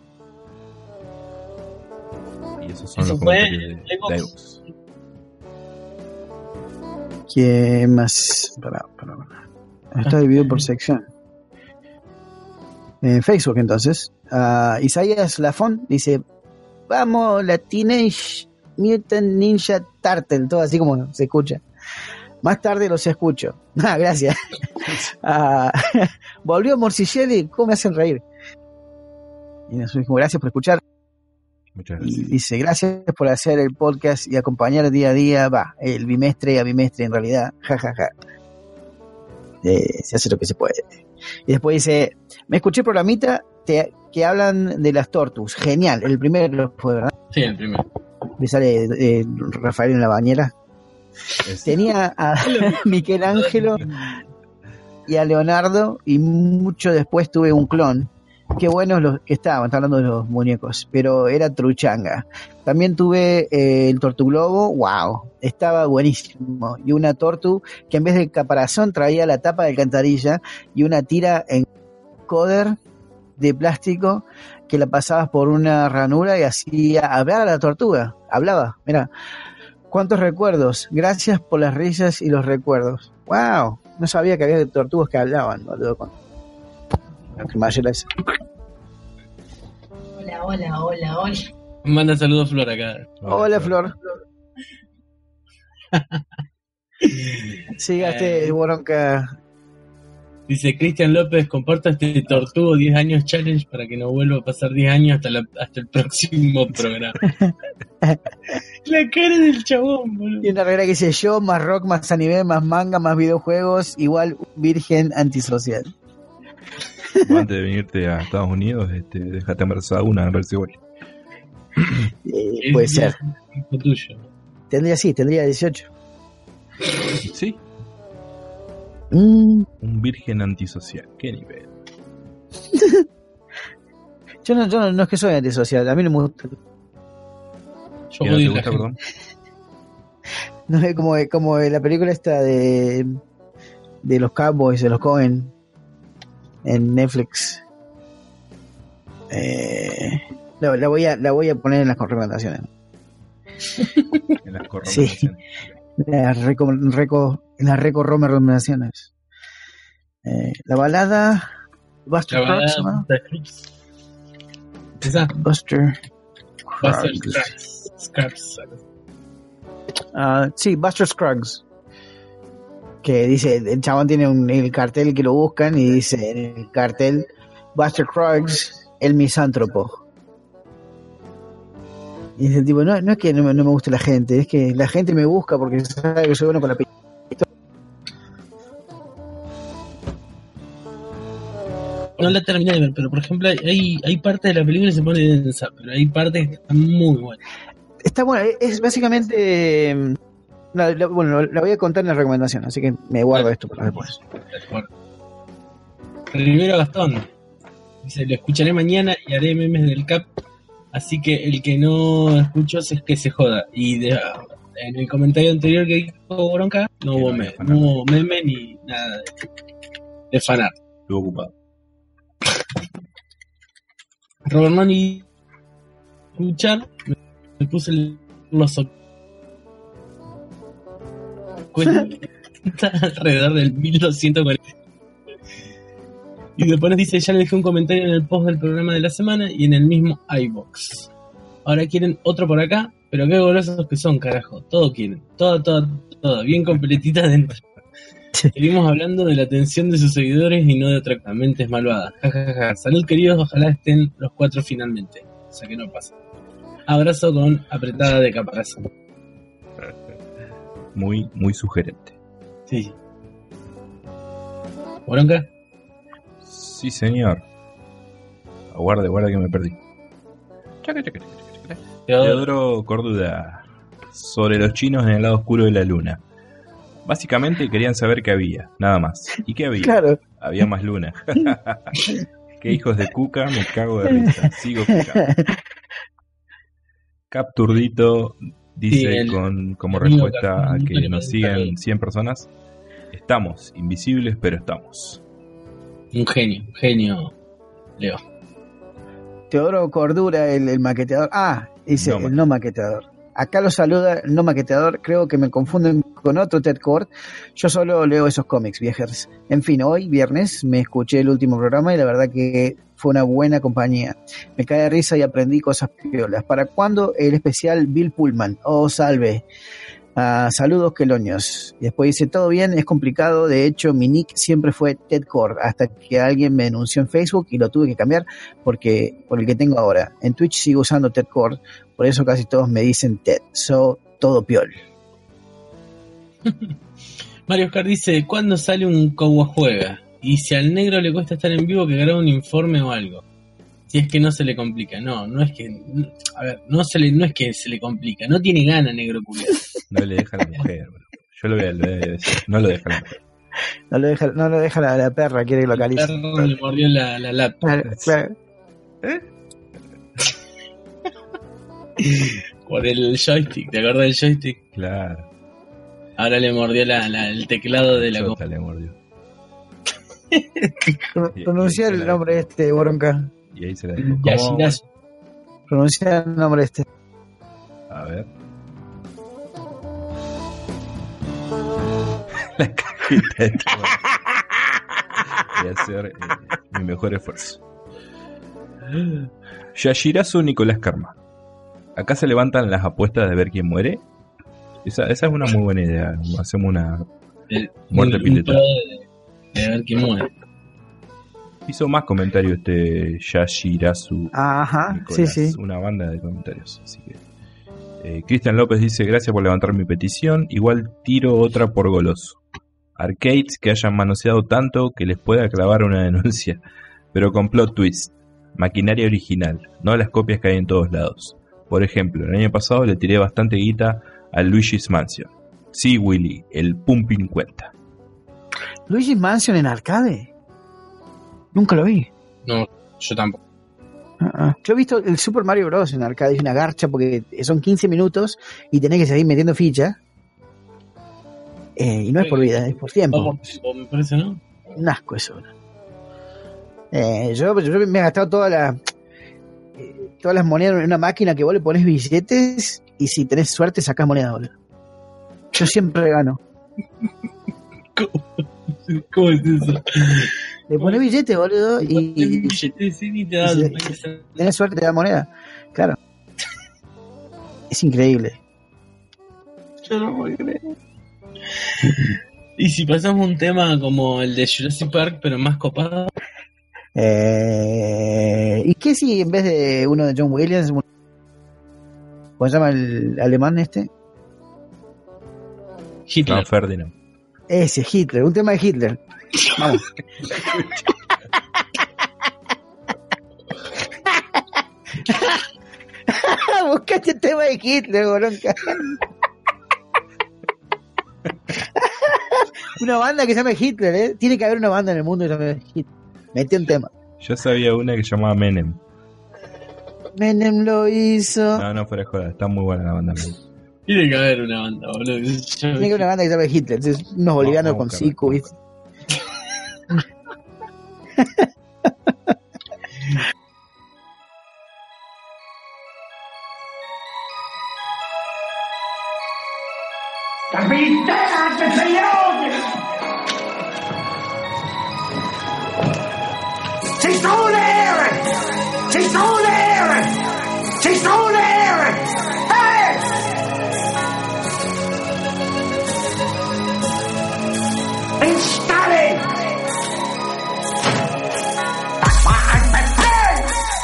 Y esos son Eso los fue comentarios de iVoox. ¿Quién más? Para. Está dividido por sección. En Facebook, entonces. Isaías Lafón dice: vamos, la Teenage Mutant Ninja Turtle. Todo así como se escucha. Más tarde los escucho. Gracias. Volvió Morcicelli. ¿Cómo me hacen reír? Y nos dijo: gracias por escuchar. Muchas gracias. Y dice: gracias por hacer el podcast y acompañar día a día, el bimestre a bimestre en realidad, jajaja. Se hace lo que se puede. Y después dice: me escuché el programita que hablan de las tortus, genial, el primero fue, ¿verdad? Sí, el primero. Me sale Rafael en la bañera. Tenía a Michelangelo y a Leonardo, y mucho después tuve un clon. Qué buenos los que estaban, está hablando de los muñecos, pero era truchanga. También tuve el Tortuglobo, wow, estaba buenísimo. Y una tortu que en vez de caparazón traía la tapa de alcantarilla y una tira en coder de plástico que la pasabas por una ranura y hacía hablar a la tortuga. Hablaba, mira. ¿Cuántos recuerdos? Gracias por las risas y los recuerdos. Wow, no sabía que había tortugas que hablaban, boludo. Hola. Manda saludos Flor acá. Hola, Flor. Sigaste, Boronca. Dice Cristian López: comparta este Tortugo 10 años challenge para que no vuelva a pasar 10 años hasta el próximo programa. La cara del chabón, boludo. Y una regla que dice: yo, más rock, más anime, más manga, más videojuegos, igual virgen antisocial. Antes de venirte a Estados Unidos, déjate embarazada una, a ver si igual. Puede ser. Tuyo. Tendría 18. Sí, Mm, un virgen antisocial. ¿Qué nivel? yo no es que soy antisocial, a mí no me gusta. Yo ¿Qué no te odio la gusta, gente. perdón? No es como la película esta de los Cowboys, de los Coen en Netflix. La voy a poner en las recomendaciones. En las recomendaciones. En las recomendaciones. La balada Buster La Cruggs, balada ¿no? de Cruz. Esa. Buster Buster Cruggs. Scruggs. Sí, Buster Scruggs. Que dice, el chabón tiene el cartel que lo buscan y dice en el cartel Buster Cruggs, el misántropo. Y dice el tipo, no es que no me guste la gente, es que la gente me busca porque sabe que soy bueno con la pistola. No la terminé de ver, pero por ejemplo hay partes de la película que se pone densa, pero hay partes que están muy buenas. Está bueno, es básicamente... bueno, la voy a contar en la recomendación, así que me guardo esto para después. Rivero Gastón dice, lo escucharé mañana y haré memes del Cap, así que el que no escuchó es que se joda. Y en el comentario anterior que dijo Bronca, no hubo meme ni nada de fanart. Estuvo ocupado. Robert Mani escuchar, me puse los cuenta alrededor del 1240. Y después nos dice, ya le dejé un comentario en el post del programa de la semana y en el mismo iVoox. Ahora quieren otro por acá, pero qué golosos que son, carajo. Todo quieren, todo, bien completita dentro. Seguimos hablando de la atención de sus seguidores y no de otra mentes malvadas. Ja, ja, ja. Salud, queridos, ojalá estén los 4 finalmente. O sea que no pasa. Abrazo con apretada de caparazón. Muy, muy sugerente. Sí. ¿Bronca? Sí, señor. Aguarde que me perdí. Teodoro Córdoba. Sobre los chinos en el lado oscuro de la luna. Básicamente querían saber qué había, nada más. ¿Y qué había? Claro. Había más luna. Qué hijos de cuca, me cago de risa. Sigo cucando. Capturdito dice Sí, como respuesta a que nos sigan 100 personas: estamos invisibles, pero estamos. Un genio, Leo. Teodoro Cordura, el maqueteador. Dice No, el no maqueteador. Acá lo saluda el no maqueteador. Creo que me confunden con otro Ted Kord. Yo solo leo esos cómics, viejers. En fin, hoy, viernes, me escuché el último programa y la verdad que fue una buena compañía. Me cae de risa y aprendí cosas piolas. ¿Para cuándo el especial Bill Pullman? Oh, salve. Saludos, queloños. Y después dice, todo bien, es complicado. De hecho, mi nick siempre fue Ted Kord, hasta que alguien me denunció en Facebook y lo tuve que cambiar por el que tengo ahora. En Twitch sigo usando Ted Kord, por eso casi todos me dicen Ted. Todo piol. Mario Oscar dice, ¿cuándo sale un Cowboy Juega? Y si al negro le cuesta estar en vivo, que grabe un informe o algo. Si es que no se le complica. No es que... A ver, no es que se le complica. No tiene gana, negro culiado. No le deja a la mujer, bro. Yo lo voy a decir. No lo deja a la mujer. No lo deja la perra, quiere que lo acaricie. El perro le mordió la laptop. Claro. Por el joystick, ¿te acuerdas del joystick? Claro. Ahora le mordió el teclado de la Chota le mordió. Pronuncia el nombre Boronca. Y ahí se la dejó. Yashirazu. Pronuncia el nombre A ver. La cajita de todo. Voy a hacer mi mejor esfuerzo. Yashirazu Nicolás Karma. Acá se levantan las apuestas de ver quién muere. Esa es una muy buena idea. Hacemos una muerte pileta. De ver quién muere. Hizo más comentarios Yashirazu. Ajá, Nicolás, sí. Una banda de comentarios. Así que Cristian López dice: gracias por levantar mi petición. Igual tiro otra por goloso. Arcades que hayan manoseado tanto que les pueda clavar una denuncia. Pero con plot twist. Maquinaria original, no las copias que hay en todos lados. Por ejemplo, el año pasado le tiré bastante guita a Luigi's Mansion. Sí, Willy, el pumping cuenta. ¿Luigi's Mansion en arcade? Nunca lo vi. No, yo tampoco. Yo he visto el Super Mario Bros. En arcade, es una garcha porque son 15 minutos y tenés que seguir metiendo fichas. Y no es por vida, es por tiempo. Me parece, ¿no? Un asco eso. Yo me he gastado todas las monedas en una máquina que vos le pones billetes y si tenés suerte sacás monedas, boludo. Yo siempre gano. ¿Cómo es eso? Le pones billetes, boludo, y te da, si tenés suerte te da moneda. Claro. Es increíble. Yo no puedo creer. Y si pasamos un tema como el de Jurassic Park, pero más copado. ¿Y qué si en vez de uno de John Williams, ¿cómo se llama el alemán este? Hitler. No, Ferdinand. Ese, Hitler, un tema de Hitler. Vamos. Buscaste el tema de Hitler, bolonca. Una banda que se llama Hitler, ¿eh? Tiene que haber una banda en el mundo que se llama Hitler. Mete un tema. Yo sabía una que se llamaba Menem. Menem lo hizo. No, fuera de joda, está muy buena la banda Menem. Tiene que haber una banda, boludo. Tiene que haber una banda que se llama Hitler. Es unos bolivianos con Siku, ¿viste? ¡Las vinteras de Señor! ¡Se soler! ¡Se soler! ¡Se soler! ¡Eh! ¡Instale! ¡Das war ein Befehl!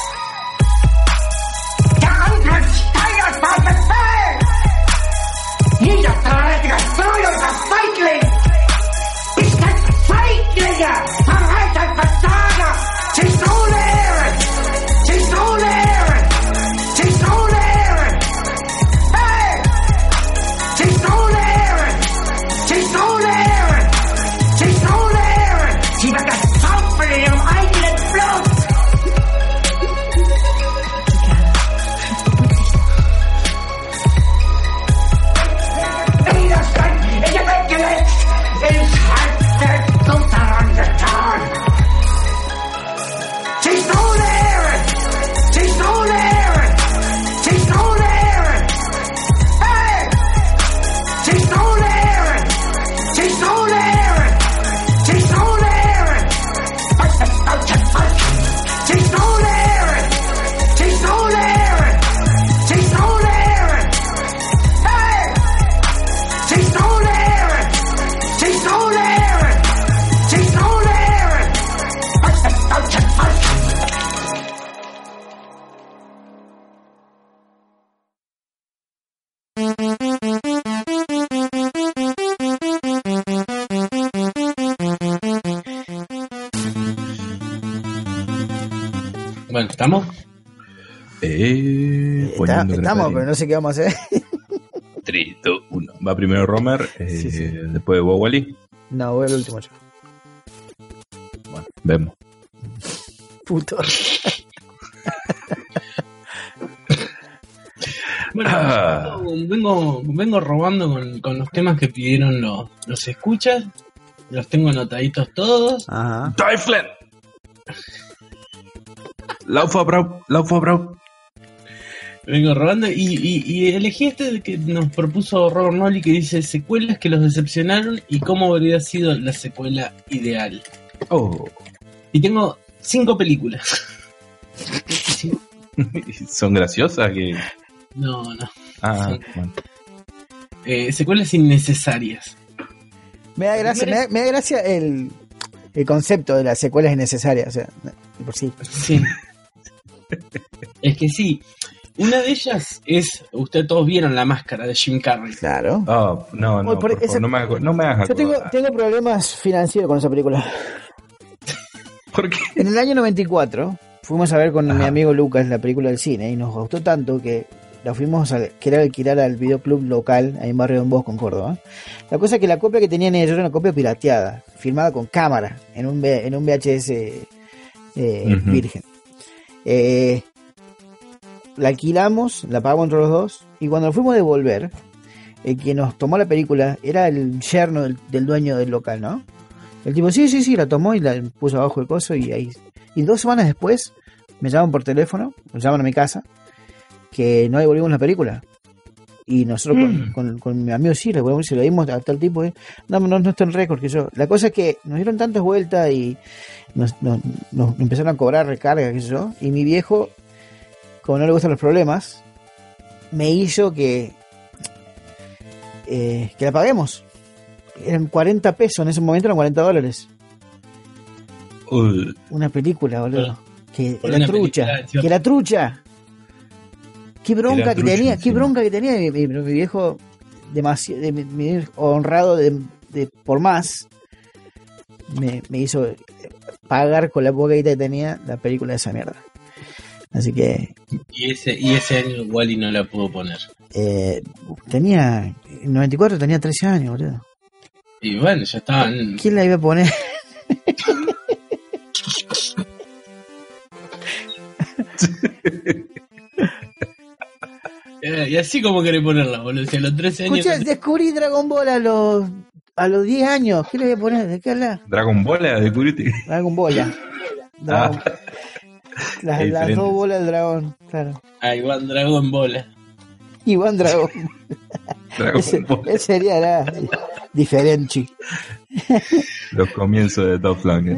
Der Angriff steigert war Befehl! Niederträger, steuernder Feigling! Ich bin Feiglinge! Verreiter Versager! Sie so lehren! Sie so lehren! Sie so lehren! Hey! Sie so lehren! Sie so lehren! Sie so lehren! Sie wird das saufen in ihrem eigenen Blut! Widerstand in die Welt gelegt! Ich hatte gut daran getan! Sie so lehren! Sie so lehren! Sie so lehren! Hey! Sie so lehren! Sie so lehren! Sie so lehren! Was das deutsche Volk! Sie so lehren! Sie so lehren! Sie so lehren! Hey! Sie so lehren! Sie so lehren! Sie so lehren! Was das deutsche Volk! Bueno, ¿estamos? Poniendo Estamos, pero no sé qué vamos a hacer. 3, 2, 1. Va primero Romer, Sí. después Wally. No, voy al último yo. Bueno, vemos. Puto. Bueno, vengo robando con los temas que pidieron los escuchas. Los tengo anotaditos todos. Ajá. Teufelen! Laufa, Vengo robando y elegí este que nos propuso Robert Nolly, que dice secuelas que los decepcionaron y cómo habría sido la secuela ideal. Oh. Y tengo 5 películas. ¿Son graciosas? Que... No. Ah, bueno. Secuelas innecesarias. Me da gracia el concepto de las secuelas innecesarias, o sea, de por sí. Sí. Es que sí. Una de ellas es, ustedes todos vieron La Máscara de Jim Carrey. Claro. Oh, no, Oye, por favor, no me hagas Yo acordar. tengo problemas financieros con esa película. ¿Por qué? En el año 94 fuimos a ver con mi amigo Lucas la película del cine y nos gustó tanto que la fuimos a querer alquilar al videoclub local, ahí en Barrio Don Bosco, en Córdoba. La cosa es que la copia que tenían ellos era una copia pirateada, filmada con cámara, en un VHS virgen. La alquilamos, la pagamos entre los dos, y cuando nos fuimos a devolver, el que nos tomó la película era el yerno del dueño del local, ¿no? El tipo, sí, la tomó y la puso abajo el coso y ahí. Y 2 semanas después me llaman por teléfono, me llaman a mi casa, que no devolvimos la película. Y nosotros con mi amigo sí, se lo dimos a tal tipo, no está en récord que yo. La cosa es que nos dieron tantas vueltas y nos empezaron a cobrar recarga, qué sé yo, y mi viejo, como no le gustan los problemas, me hizo que la paguemos. Eran 40 pesos, en ese momento eran $40. Una película, boludo. Que era trucha. Que era trucha. Qué bronca que tenía. Qué bronca que tenía mi viejo. Demasiado honrado por más. Me hizo pagar con la poca guita que tenía la película de esa mierda. Así que. Y ese año Wally no la pudo poner. En 94 tenía 13 años, boludo. Y bueno, ya estaban. ¿Quién la iba a poner? Y así como querés ponerla, boludo. Si a los 13 años. Escucha, descubrí Dragon Ball a los 10 años. ¿Qué le voy a poner? ¿De qué habla? ¿Dragon Ball? ¿Descubriste? Dragon Ball. Las 2 bolas del dragón, claro. Iván Dragon Bola. Iván Dragon. Ese sería diferente. Los comienzos de Top Flanker.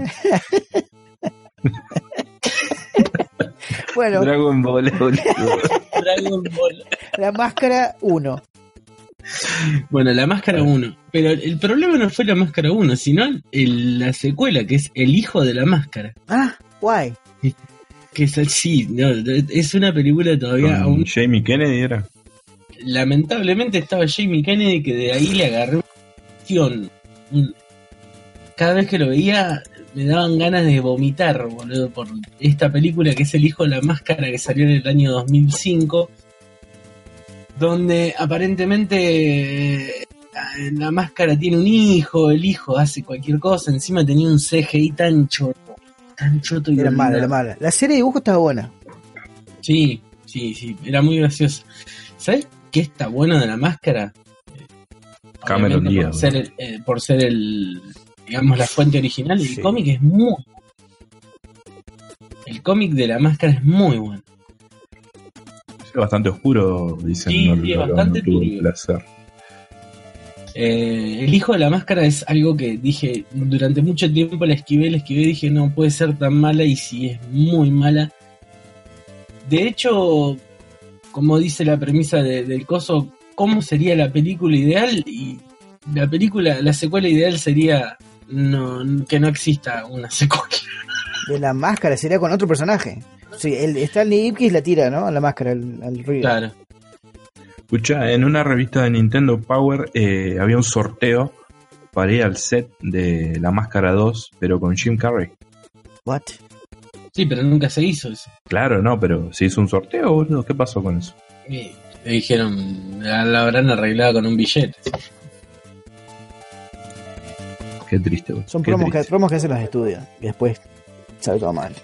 Bueno, Dragon Ball. Dragon Ball. La Máscara 1. Bueno, la Máscara 1. Pero el problema no fue la Máscara 1, sino la secuela, que es El Hijo de la Máscara. Ah, guay. Que es así, no, es una película todavía aún. Jamie Kennedy era. Lamentablemente estaba Jamie Kennedy, que de ahí le agarré una cuestión. Cada vez que lo veía me daban ganas de vomitar, boludo, por esta película que es El Hijo de la Máscara, que salió en el año 2005, donde aparentemente la máscara tiene un hijo, el hijo hace cualquier cosa, encima tenía un CGI tan choto y era mala. La serie de dibujo estaba buena. Sí, era muy graciosa. ¿Sabes qué está bueno de la máscara? Cameron Díaz. Por ser el digamos la fuente original, el cómic es muy. El cómic de la máscara es muy bueno. Es bastante oscuro, dicen. Sí, es bastante tuvo turbio. el placer. El Hijo de la Máscara es algo que dije durante mucho tiempo, la esquivé, dije no puede ser tan mala, y sí es muy mala. De hecho, como dice la premisa del coso, ¿cómo sería la película ideal? Y la secuela ideal sería que no exista una secuela. De la Máscara sería con otro personaje. Sí, Stanley Ipkiss la tira, ¿no? A la máscara al río. Claro. Escucha, en una revista de Nintendo Power había un sorteo para ir al set de La Máscara 2, pero con Jim Carrey. ¿What? Sí, pero nunca se hizo eso. Claro, no, pero se hizo un sorteo, boludo. ¿Qué pasó con eso? Y le dijeron, la habrán arreglado con un billete. Qué triste, boludo. Son promos que hacen los estudios y después sale todo mal.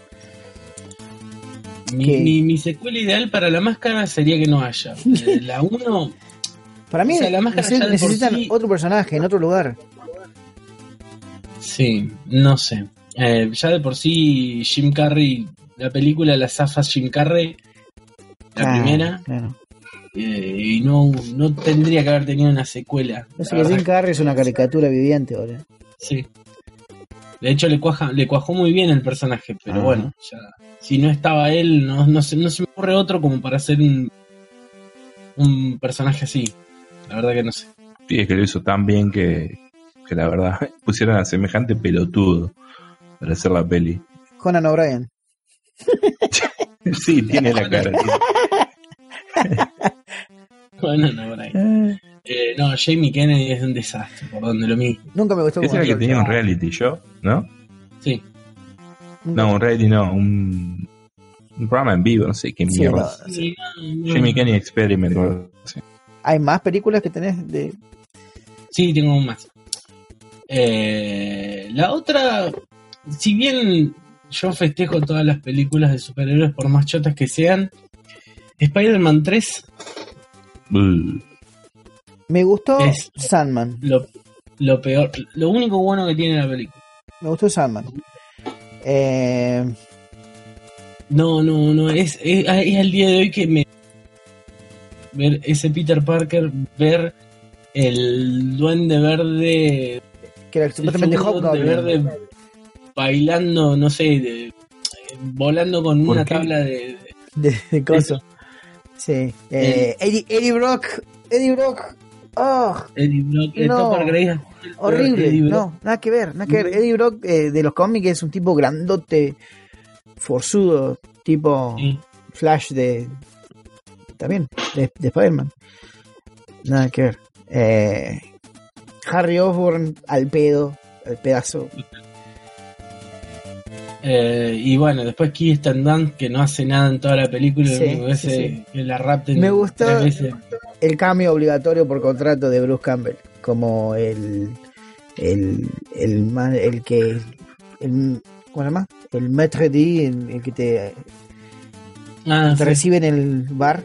Mi secuela ideal para La Máscara sería que no haya. La 1... Para mí, o sea, la Máscara ya de necesitan por sí, otro personaje en otro lugar. Sí, no sé. Ya de por sí Jim Carrey, la película la zafa Jim Carrey, la primera, claro. Y no tendría que haber tenido una secuela. No sé, que Jim Carrey es una caricatura viviente ahora. Sí. De hecho le cuajó muy bien el personaje, pero bueno, ya si no estaba él, no se me ocurre otro como para hacer un personaje así. La verdad que no sé. Sí, es que lo hizo tan bien que la verdad pusieron a semejante pelotudo para hacer la peli. Conan O'Brien. Sí, tiene la cara. Bueno, no, no, Jamie Kennedy es un desastre, por donde lo mismo. Nunca me gustó. Ese era el que tenía un reality show, ¿no? Sí. No, un reality no, un un programa en vivo, no sé qué Sí, mierda. no. Sí, no. Jamie Kenny Experiment. o algo así. ¿Hay más películas que tenés de...? Sí, tengo más. La otra, si bien yo festejo todas las películas de superhéroes por más chotas que sean, Spider-Man 3 Me gustó Es- Sandman. lo peor, lo único bueno que tiene la película. Me gustó Sandman. No, es al día de hoy que me ver ese Peter Parker, ver el Duende Verde, Que era el supuestamente segundo Duende Hobgoblin. Verde bailando, no sé, volando con ¿Por una qué? tabla de De coso. Sí. Eddie Brock. Oh, Eddie Brock, No. Topher Grace, horrible. Eddie Brock. No, nada que ver. Eddie Brock de los cómics es un tipo grandote, forzudo, tipo Sí. Flash también, de Spider-Man. Nada que ver. Harry Osborn al pedazo. Y bueno, después Kirsten Dunst, que no hace nada en toda la película, Sí, lo único que sí, hace sí. que la rapten Me gustó 3 veces. el cambio obligatorio por contrato de Bruce Campbell como el que ¿cómo se llama? El maître d', el que te Sí. recibe en el bar,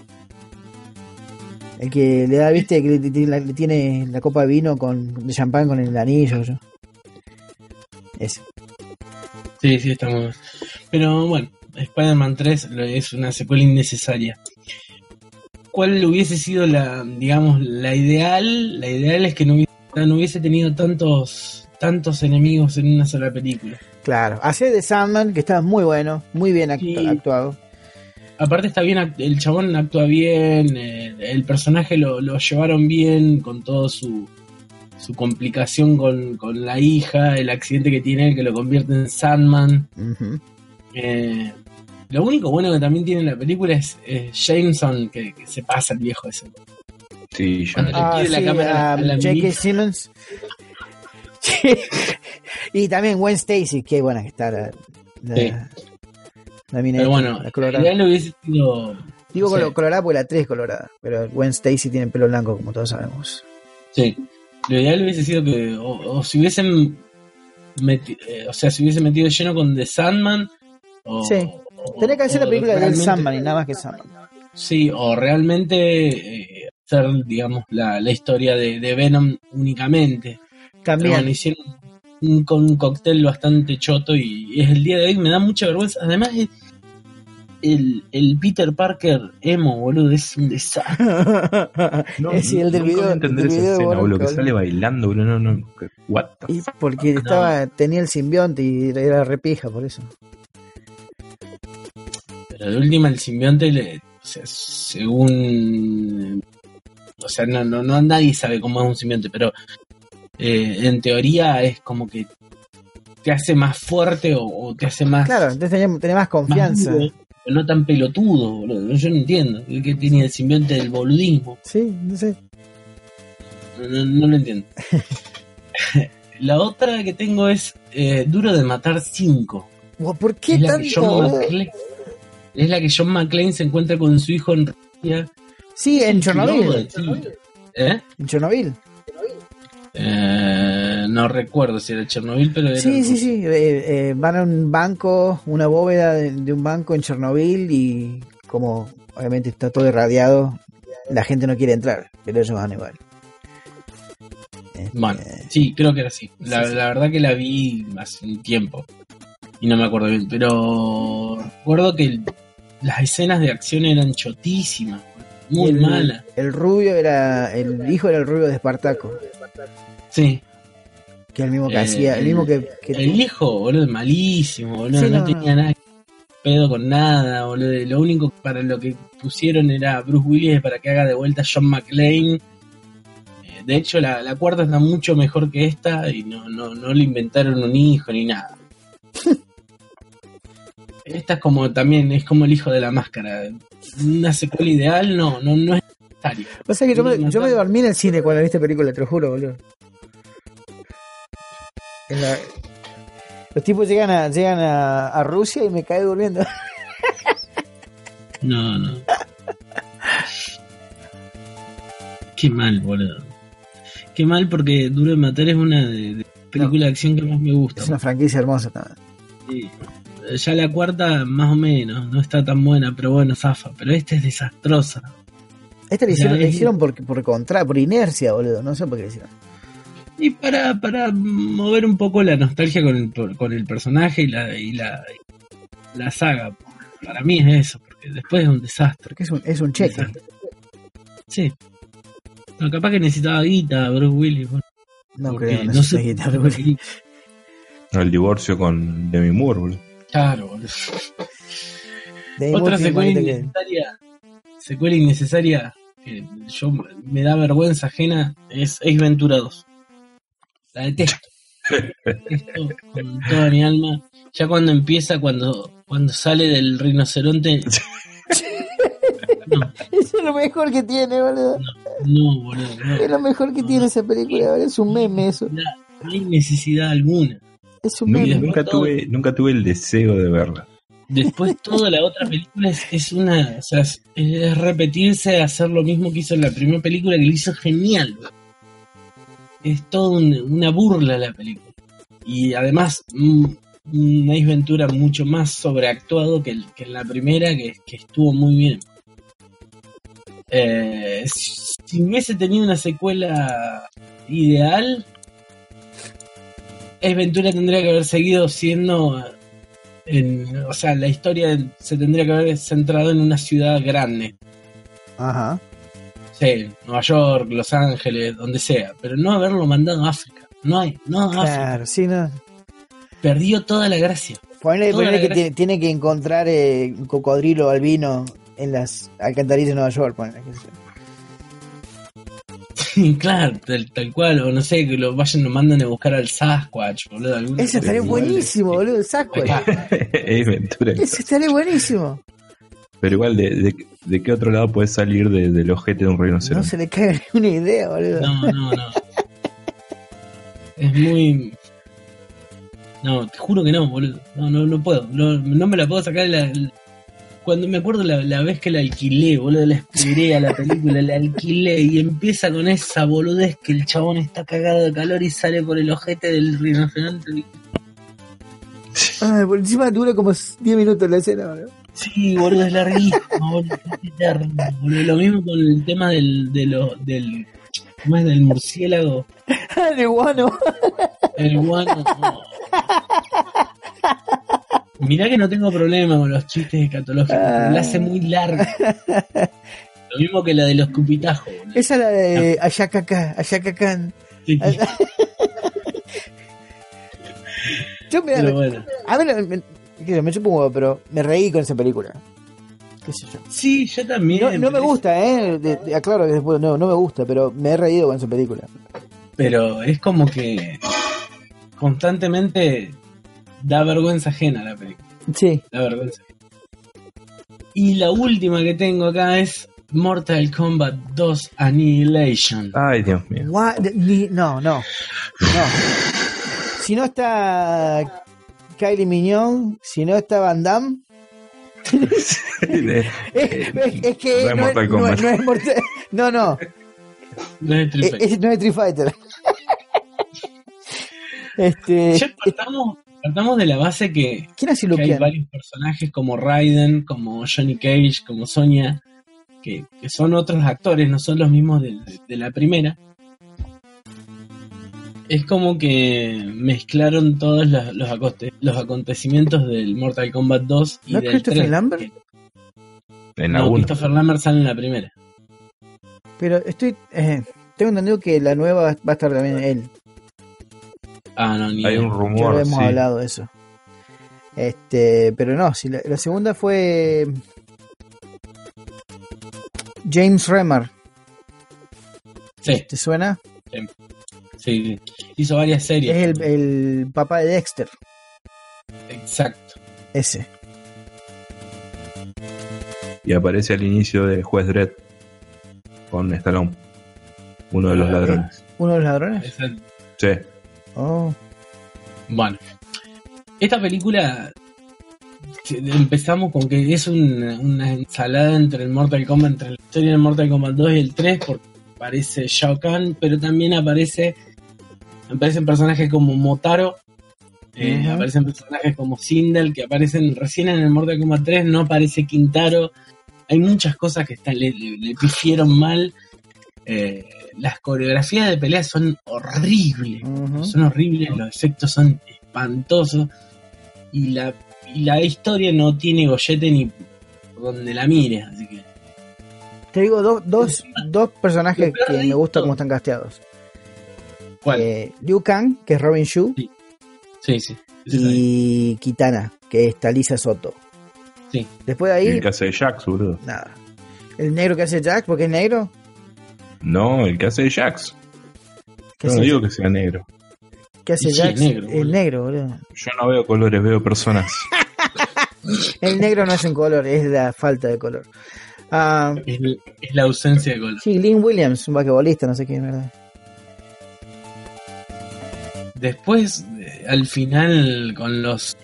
el que le da, viste, que le tiene la copa de vino de champán con el anillo. Ese. Sí, estamos. Pero bueno, Spider-Man 3 es una secuela innecesaria. ¿Cuál hubiese sido digamos, la ideal? La ideal es que no hubiese tenido tantos enemigos en una sola película. Claro, hace de Sandman, que está muy bueno, muy bien Sí. actuado. Aparte está bien, el chabón actúa bien, el personaje lo llevaron bien con todo su complicación con la hija, el accidente que tiene él que lo convierte en Sandman. Ujú. Lo único bueno que también tiene la película es Jameson, que se pasa el viejo ese. Sí, yo Cuando no sé. le pide la cámara a la J.K. minita. Simmons. Y también Gwen Stacy, qué buena que está Sí. la mina Pero esta, bueno, la colorada. ya lo hubiese sido. Digo no sé, colorada porque la 3 es colorada, pero Gwen Stacy tiene pelo blanco, como todos sabemos. sí. Lo ideal hubiese sido que o si hubiesen si hubiese metido lleno con The Sandman Sí. Tenía que hacer la película de realmente- Sandman y nada más que Sandman. Sí, o realmente hacer, digamos, la historia de Venom únicamente. Pero También. bueno, hicieron un cóctel bastante choto y es el día de hoy, me da mucha vergüenza. Además, el Peter Parker emo, boludo, es un desastre. No, Sí, el del nunca voy video, a entender del esa video de escena, Warner, boludo, que boludo. sale bailando, boludo, no, what the Y porque tenía el simbionte y era repija, por eso. Pero de última, el simbionte, o sea, según. O sea, no nadie sabe cómo es un simbionte, pero en teoría es como que te hace más fuerte o te hace más. Claro, entonces tenía más confianza. más duro, pero no tan pelotudo, boludo. Yo no entiendo. ¿El que tenía el simbionte del boludismo? Sí, no sé. No lo entiendo. La otra que tengo es Duro de Matar 5. ¿Por qué Es la tanto? que John boludo? McClane. Es la que John McClane se encuentra con su hijo en Rusia. Sí, en Chernobyl. ¿Eh? En Chernobyl. No recuerdo si era Chernobyl, pero era Sí, en sí, Rusia. sí. Van a un banco, una bóveda de un banco en Chernobyl y como obviamente está todo irradiado, la gente no quiere entrar, pero ellos van igual. Bueno, sí, creo que era así. La verdad que la vi hace un tiempo y no me acuerdo bien, pero recuerdo que las escenas de acción eran chotísimas, muy malas. El rubio el hijo era el rubio de Espartaco, Sí. que es el mismo que hacía, el mismo que El hijo, boludo, malísimo, boludo, Sí, no no, tenía nada que pedo con nada, boludo. Lo único para lo que pusieron era Bruce Willis para que haga de vuelta John McClane. De hecho, la cuarta está mucho mejor que esta y no le inventaron un hijo ni nada. Esta es como también, es como el hijo de la máscara. Una secuela ideal no es necesario. O sea que yo me dormí en el cine cuando vi esta película, te lo juro, boludo. Los tipos llegan a Rusia y me cae durmiendo. No. Qué mal, boludo. Qué mal, porque Duro de Matar es una de películas de acción que más me gusta. Es una franquicia hermosa también. Sí. Ya la cuarta, más o menos, no está tan buena, pero bueno, zafa. Pero esta es desastrosa. Esta la Ya hicieron por inercia, boludo. No sé por qué la hicieron. Y para mover un poco la nostalgia con el personaje y la saga. Para mí es eso, porque después es un desastre. Porque es un cheque. Desastre. Sí. No, capaz que necesitaba guita, Bruce Willis. Bueno, No porque creo, no sé. El divorcio con Demi Moore, boludo. Claro, boludo. Demi Otra Moore tiene secuela manita que- innecesaria que yo me da vergüenza ajena es Ace Ventura 2. La detesto. Detesto con toda mi alma. Ya cuando empieza, cuando sale del rinoceronte. No, Eso es lo mejor que tiene, boludo. no, boludo. No. Es lo mejor que tiene esa película, boludo. Es un meme eso. No hay necesidad alguna. Es un Mira, meme. Nunca tuve el deseo de verla. Después toda la otra película es una, o sea, es repetirse, hacer lo mismo que hizo en la primera película, que lo hizo genial. Es todo una burla la película. Y además un Ace Ventura mucho más sobreactuado que en la primera, que estuvo muy bien. Si hubiese tenido una secuela ideal, Ace Ventura tendría que haber seguido siendo... o sea, la historia se tendría que haber centrado en una ciudad grande. Ajá. Sí, Nueva York, Los Ángeles, donde sea. Pero no haberlo mandado a África. No África. Claro, sí, no. Perdió toda la gracia. Ponele Toda la que gracia. tiene que encontrar un cocodrilo albino en las alcantarillas de Nueva York. Ponele, qué sé yo. Claro, tal cual. O no sé, que lo mandan a buscar al Sasquatch, boludo. alguna Ese cosa estaría así. buenísimo, boludo. Sasquatch. Es Ventura. Ese estaría buenísimo. Pero igual, ¿de qué otro lado puedes salir del ojete de un No rinoceronte? se le cae ni una idea, boludo. No. Es muy... No, te juro que no, boludo. No puedo. No me la puedo sacar. Cuando me acuerdo la vez que la alquilé, boludo, la esperé a la película, la alquilé y empieza con esa boludez que el chabón está cagado de calor y sale por el ojete del rinoceronte. Ay, por encima dura como 10 minutos la escena, boludo. Sí, boludo, es larguísimo, boludo, es eterno, boludo. Lo mismo con el tema del ¿cómo es? Del murciélago. De guano. El guano. No. Mirá que no tengo problema con los chistes escatológicos, pero la hace muy larga. Lo mismo que la de los cupitajos, boludo. Esa es la de Ayakakan. Sí, Yo pero bueno. a ver, me chupo un huevo, pero me reí con esa película. ¿Qué sé yo? Sí, yo también. No me gusta, aclaro que después no me gusta, pero me he reído con esa película. Pero es como que constantemente da vergüenza ajena la película. Sí. Da vergüenza ajena. Y la última que tengo acá es Mortal Kombat 2 Annihilation. Ay, Dios mío. No. Si no está Kylie Mignon, si no está Van Damme, es que No es Mortal Kombat. no es Mortal. No. No es Street Fighter. No es Street Fighter. Ya partamos de la base que ¿Quién hace hay Luke? varios personajes como Raiden, como Johnny Cage, como Sonya, que son otros actores, no son los mismos de la primera. Es como que mezclaron todos los acontecimios del Mortal Kombat 2 y ¿No es del Christopher 3. Lambert? En la No, 1. Christopher Lambert sale en la primera. Pero tengo entendido que la nueva va a estar también él. Ah, no, ni Hay idea. un Ya rumor, lo hemos sí. hablado de eso. Pero no, si la segunda fue James Remar. Sí, ¿Te suena? sí. Hizo varias series. Es el papá de Dexter. Exacto. Ese. Y aparece al inicio de Juez Dredd con Stallone, uno de los ladrones. ¿Uno de los ladrones? Exacto. Sí. Oh. Bueno, esta película empezamos con que es una ensalada entre el Mortal Kombat, entre la historia del Mortal Kombat 2 y el 3, porque aparece Shao Kahn, pero también aparecen personajes como Motaro, aparecen personajes como Sindel, que aparecen recién en el Mortal Kombat 3, no aparece Quintaro. Hay muchas cosas que le pifieron mal. Las coreografías de pelea son horribles, los efectos son espantosos y la historia no tiene gollete ni por donde la mires, así que te digo dos personajes que me gusta cómo están casteados. ¿Cuál? Liu Kang, que es Robin Shu, sí. y Kitana, que es Talisa Soto. Sí. Después de ahí El que hace de Jax, boludo. nada. El negro que hace Jax, porque es negro. No, el que hace de Jax. ¿Qué No hace? digo que sea negro. ¿Qué hace Y sí, Jax? es negro, Es negro, boludo. Yo no veo colores, veo personas. El negro no es un color, es la falta de color. Es la ausencia de color. Sí, Lynn Williams, un basquetbolista, no sé qué, ¿verdad? Después, al final, con los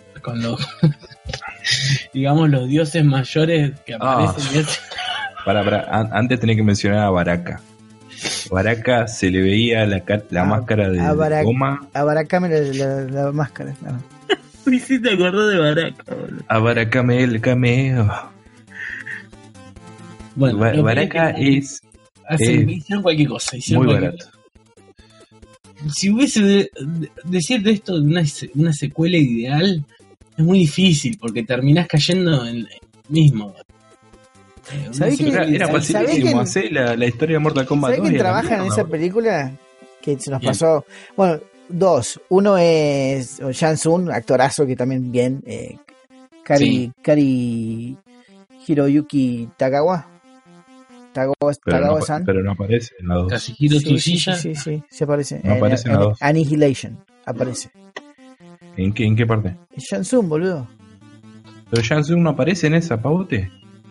digamos, los dioses mayores que aparecen. Antes tenía que mencionar a Baraka. Baraka se le veía la máscara de goma. A Barakame la máscara, claro. Uy, sí te acordás de Baraka, boludo. A Barakame el cameo. Bueno, Baraka hicieron cualquier cosa. Muy barato. Si hubiese decir de esto una secuela ideal, es muy difícil porque terminás cayendo en el mismo. ¿Sabés que Era facilísimo hacer la historia de Mortal Kombat 2. ¿Sabés quién trabaja en esa película? Que se nos pasó. Bueno, dos. Uno es Shang Tsung, actorazo que también bien. Kari Hiroyuki Tagawa. Tagawa-san. Pero no aparece en la 2. Kazuhiro Tsuchiya. Sí, se aparece. No aparece en la 2. Annihilation aparece. ¿En qué parte? Shang Tsung, boludo. Pero Shang Tsung no aparece en esa, pavote.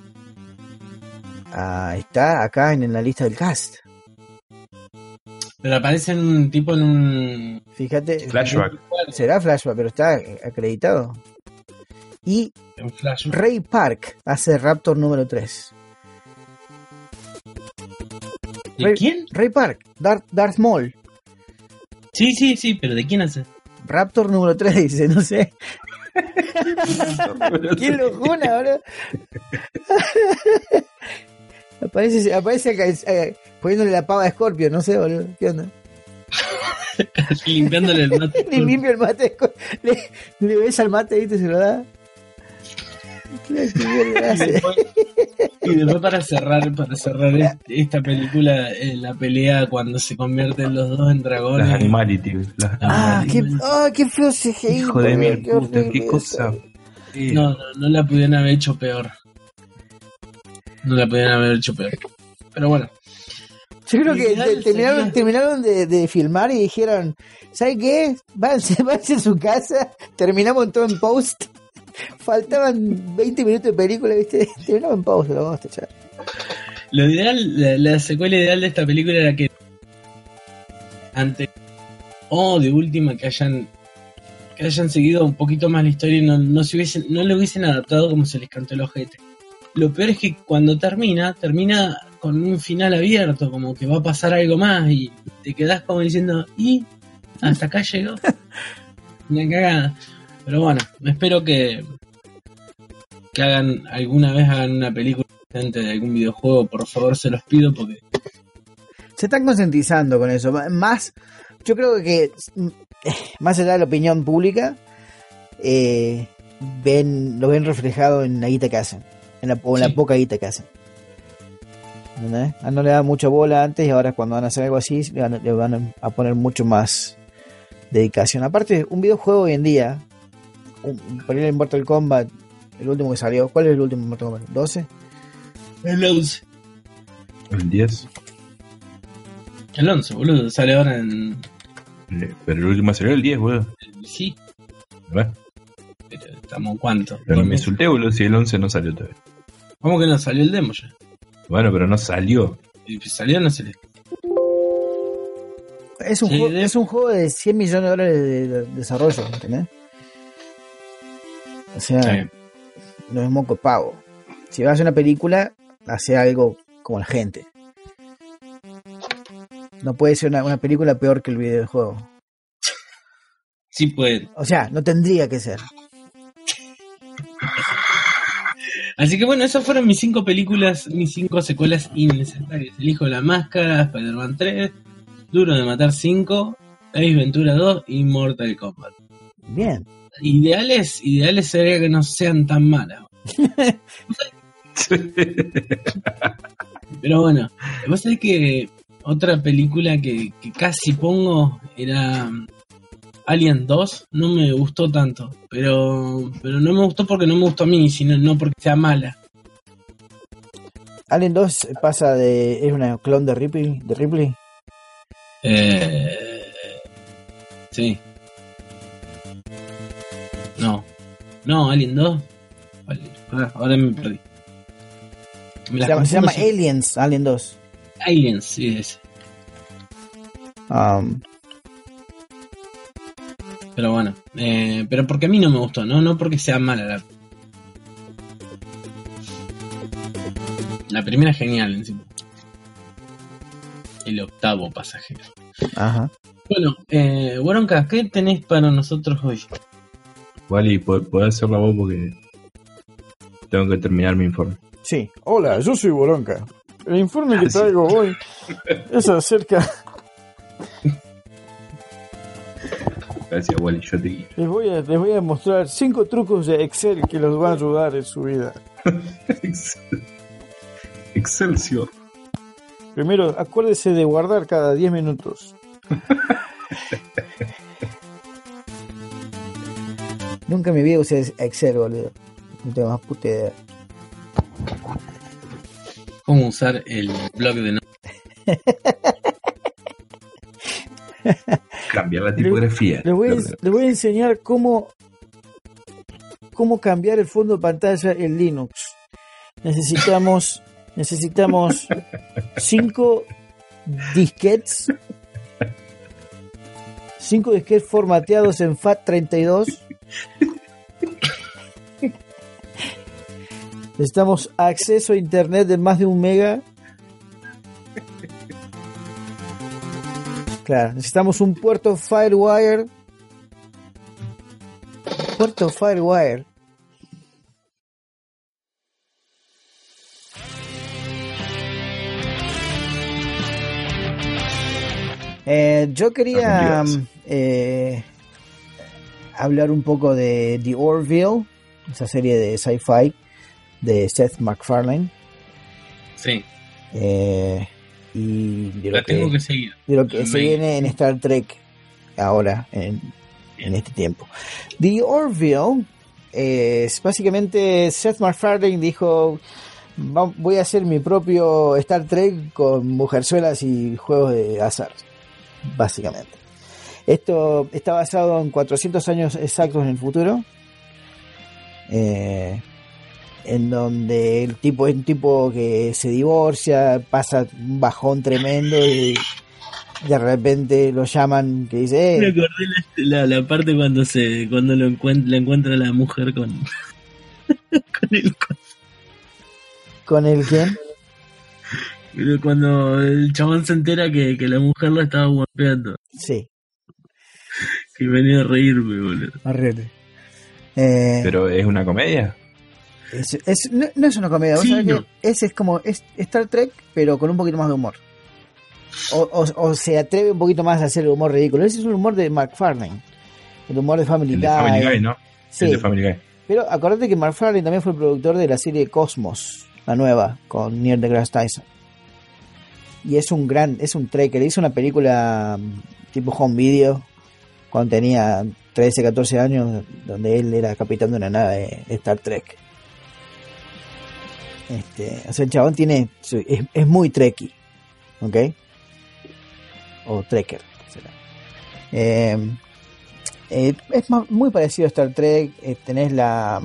Está acá en la lista del cast. Pero aparece un tipo en un... Fíjate. Flashback. Será flashback, pero está acreditado. Y Ray Park hace Raptor número 3. ¿De quién? Ray Park, Darth Maul. Sí, pero ¿de quién hace? Raptor número 3 dice, no sé. ¿Quién lo juna, boludo? Aparece acá, poniéndole la pava a Scorpio, no sé, boludo. ¿Qué onda? Limpiándole el mate. Le limpia el mate. Le besa el mate, ¿viste? Se lo da. Y después para cerrar esta película, la pelea cuando se convierten los dos en dragones. Las Animality. Qué feo CGI. Hijo de mi puta, qué cosa. No la pudieron haber hecho peor. Pero bueno. Yo creo que terminaron de filmar y dijeron, ¿sabe qué? Váyanse a su casa, terminamos todo en post. Faltaban 20 minutos de película, ¿viste? Terminamos en post, lo vamos a echar. Lo ideal, la secuela ideal de esta película era que antes de última que hayan seguido un poquito más la historia y no le hubiesen adaptado como se les cantó el ojete. Lo peor es que cuando termina con un final abierto, como que va a pasar algo más y te quedás como diciendo, ¿y? Hasta acá llegó. Una cagada. Pero bueno, espero que alguna vez hagan una película de algún videojuego, por favor, se los pido porque se están concientizando con eso. Más, yo creo que más allá de la opinión pública, lo ven reflejado en la guita que hacen, en la poca guita que hacen. ¿Entendés? No le da mucha bola antes y ahora cuando van a hacer algo así le van a poner mucho más dedicación. Aparte, un videojuego hoy en día, por el Mortal Kombat, el último que salió, ¿cuál es el último Mortal Kombat? ¿12? El 11. ¿El 10? El 11, boludo, sale ahora en... Pero el último salió el 10, boludo. Sí. Bueno. Pero estamos ¿cuánto? Pero me insulté, boludo, si el 11 no salió todavía. ¿Cómo que no salió el demo ya? Bueno, pero no salió. ¿Y salió o no salió? Es un juego de 100 millones de dólares de desarrollo, ¿entendés? O sea, no es moco de pavo. Si vas a hacer una película, hace algo como la gente. No puede ser una película peor que el videojuego. Sí puede. O sea, no tendría que ser. Así que bueno, esas fueron mis 5 películas, mis 5 secuelas innecesarias. El Hijo de la Máscara, Spider-Man 3, Duro de Matar 5, Ace Ventura 2 y Mortal Kombat. Bien. Ideales sería que no sean tan malas. Pero bueno, vos sabés que otra película que casi pongo era Alien 2. No me gustó tanto, pero no me gustó porque no me gustó a mí, sino no porque sea mala. Alien 2 pasa de... ¿Es una clon de Ripley? Sí. No, Alien 2. Ahora me perdí. Se llama Aliens, Alien 2. Aliens, sí, es. Pero bueno, pero porque a mí no me gustó, no porque sea mala la primera es genial encima. El 8º pasajero. Ajá. Bueno, Boronca, ¿qué tenés para nosotros hoy? Wally, podés hacer la voz porque tengo que terminar mi informe. Sí. Hola, yo soy Boronca. El informe que traigo hoy es acerca... Gracias, Wally, yo te guío. Les voy a mostrar 5 trucos de Excel que los van a ayudar en su vida. Excelsior. Primero, acuérdese de guardar cada 10 minutos. Nunca en mi vida usé Excel, boludo. No tengo más puta idea. ¿Cómo usar el blog de notas? Cambiar la tipografía. Les voy a enseñar cómo cambiar el fondo de pantalla en Linux. Necesitamos 5 disquetes. 5 disquetes formateados en FAT32. Necesitamos acceso a internet de más de 1 mega. Claro, necesitamos un puerto Firewire. Yo quería hablar un poco de The Orville, esa serie de sci-fi de Seth MacFarlane. Sí. Y de la tengo que seguir. De lo que se viene en Star Trek ahora, en este tiempo. The Orville es básicamente Seth MacFarlane dijo: voy a hacer mi propio Star Trek con mujerzuelas y juegos de azar, básicamente. Esto está basado en 400 años exactos en el futuro, en donde el tipo es un tipo que se divorcia, pasa un bajón tremendo y de repente lo llaman, que dice me acordé la parte cuando la encuentra la mujer con ¿con el quién? Cuando el chabón se entera que la mujer lo estaba golpeando. Sí. Que venía a reírme, boludo. ¿Pero es una comedia? No es una comedia, sí, no. Es como Star Trek, pero con un poquito más de humor. O se atreve un poquito más a hacer el humor ridículo. Ese es un humor de MacFarlane. El humor de Family Guy. De Family Guy, ¿no? Sí. El de Family Guy. Pero acordate que MacFarlane también fue el productor de la serie Cosmos, la nueva, con Neil deGrasse Tyson. Y es un trekker. Hizo una película tipo home video cuando tenía 13, 14 años, donde él era capitán de una nave de Star Trek. O sea, el chabón es muy trekkie, ¿ok? O trekker será. Es muy parecido a Star Trek. Tenés la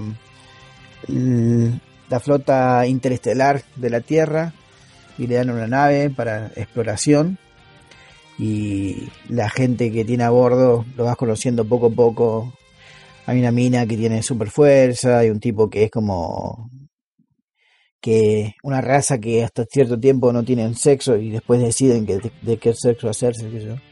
flota interestelar de la Tierra y le dan una nave para exploración, y la gente que tiene a bordo lo vas conociendo poco a poco Hay una mina que tiene super fuerza, hay un tipo que es como que una raza que hasta cierto tiempo no tienen sexo y después deciden de qué sexo hacerse, qué sé yo.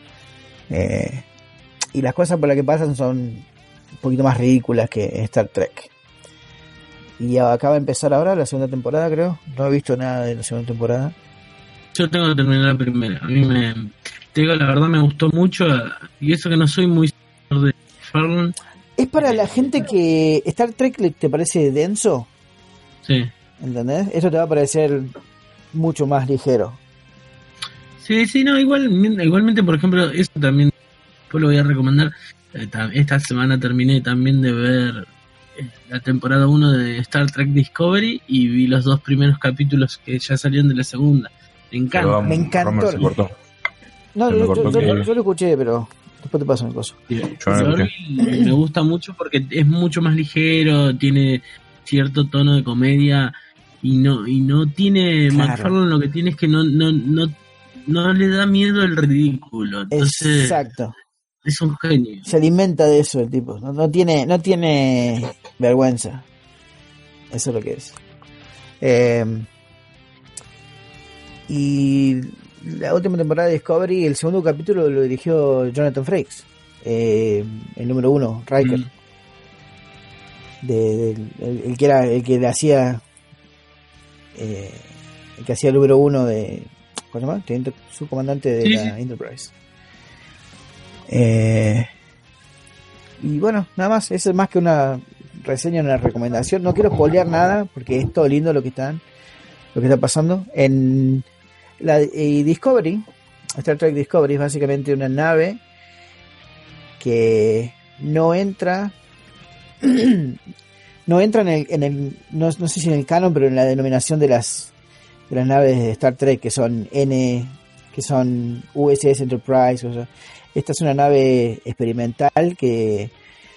Y las cosas por las que pasan son un poquito más ridículas que Star Trek. Y acaba de empezar ahora la segunda temporada, creo. No he visto nada de la segunda temporada. Yo tengo que terminar la primera. A mí te digo, la verdad me gustó mucho. Y eso que no soy muy seguidor de Farland. Es para la gente que Star Trek te parece denso. Sí. ¿Entendés? Eso te va a parecer mucho más ligero. Sí, no, igualmente, por ejemplo, eso también pues lo voy a recomendar. Esta semana terminé también de ver la temporada 1 de Star Trek Discovery y vi los 2 primeros capítulos que ya salieron de la segunda. Me encanta. Me encantó. Romer se cortó. No, Se me yo cortó lo escuché, pero después te paso una cosa. Me gusta mucho porque es mucho más ligero, tiene cierto tono de comedia y no tiene Claro. McFarlane, lo que tiene es que no le da miedo el ridículo. Entonces, Exacto. es un genio. Se alimenta de eso el tipo. No tiene vergüenza. Eso es lo que es. Y la última temporada de Discovery, el segundo capítulo lo dirigió Jonathan Frakes, el número 1, Riker. El que le hacía el que hacía el número 1 de ¿cómo se llama? Teniente subcomandante de la Enterprise. Y bueno, nada más, eso es más que una reseña, una recomendación. No quiero spoilear nada porque es todo lindo lo que está pasando en la Discovery. Star Trek Discovery es básicamente una nave que no entra no sé si en el canon, pero en la denominación de las naves de Star Trek que son USS Enterprise. O sea, esta es una nave experimental que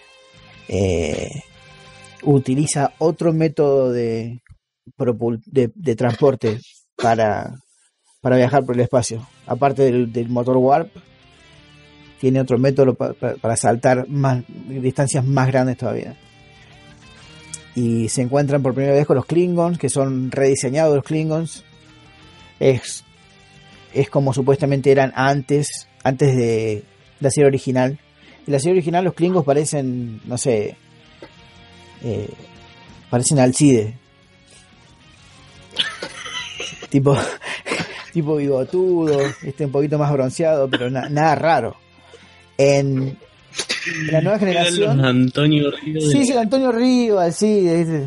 utiliza otro método de transporte para viajar por el espacio. Aparte del motor warp, tiene otro método para saltar distancias más grandes todavía. Y se encuentran por primera vez con los Klingons, que son rediseñados los Klingons. Es como supuestamente eran antes de la serie original. En la serie original los Klingons parecen, no sé, parecen Alcide. tipo bigotudo, un poquito más bronceado, pero nada raro. En la nueva generación, Antonio Río. Sí, el Antonio Río, así.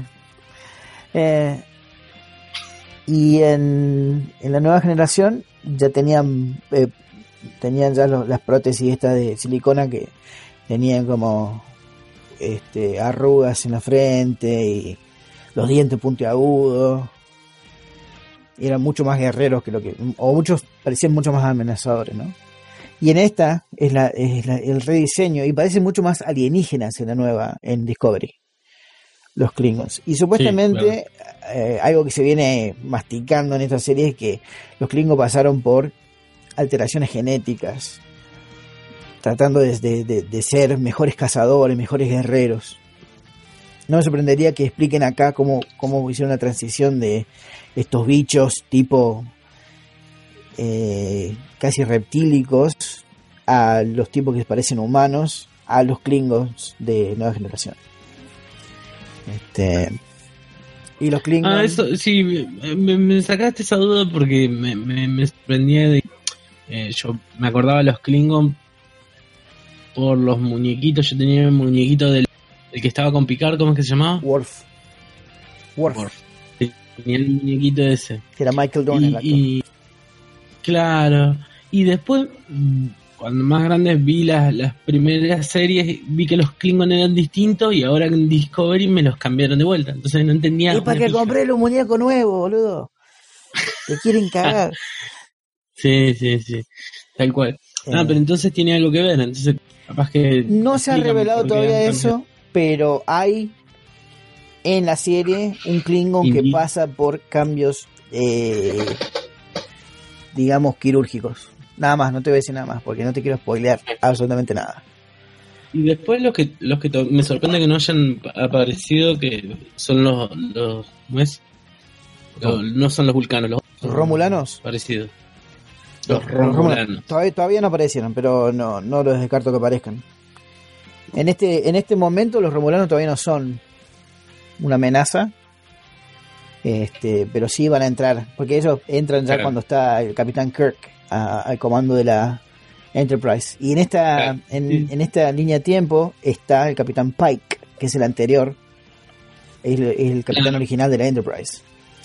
Y en la nueva generación ya tenían ya las prótesis estas de silicona que tenían como arrugas en la frente y los dientes puntiagudos. Y eran mucho más guerreros muchos parecían mucho más amenazadores, ¿no? Y en esta es el rediseño y parecen mucho más alienígenas en Discovery, los Klingons. Y supuestamente algo que se viene masticando en esta serie es que los Klingons pasaron por alteraciones genéticas, tratando de ser mejores cazadores, mejores guerreros. No me sorprendería que expliquen acá cómo hicieron la transición de estos bichos tipo casi reptílicos a los tipos que parecen humanos, a los Klingons de nueva generación. Y los Klingons... Eso sí, me sacaste esa duda porque me sorprendía de... yo me acordaba de los Klingons por los muñequitos. Yo tenía el muñequito el que estaba con Picard, ¿cómo es que se llamaba? Worf. Tenía el muñequito ese. Que era Michael Dorn. Y claro. Y después, cuando más grandes vi las primeras series, vi que los Klingons eran distintos y ahora en Discovery me los cambiaron de vuelta. Entonces no entendía. Es para que compré los muñecos nuevos, boludo. Te quieren cagar. Sí. Tal cual. Pero entonces tiene algo que ver. Entonces, capaz que. No se ha revelado todavía eso, pero hay en la serie un Klingon que pasa por cambios, digamos, quirúrgicos. Nada más, no te voy a decir nada más porque no te quiero spoilear absolutamente nada. Y después me sorprende que no hayan aparecido, que son los ¿cómo es? No son los vulcanos, los ¿Romulanos? parecidos. Los Romulanos. Todavía no aparecieron, pero no los descarto que aparezcan. En este momento los Romulanos todavía no son una amenaza, pero sí van a entrar, porque ellos entran ya Claro. cuando está el Capitán Kirk al comando de la Enterprise. Y en esta Claro. en esta línea de tiempo está el Capitán Pike, que es el anterior, es el capitán Claro. original de la Enterprise.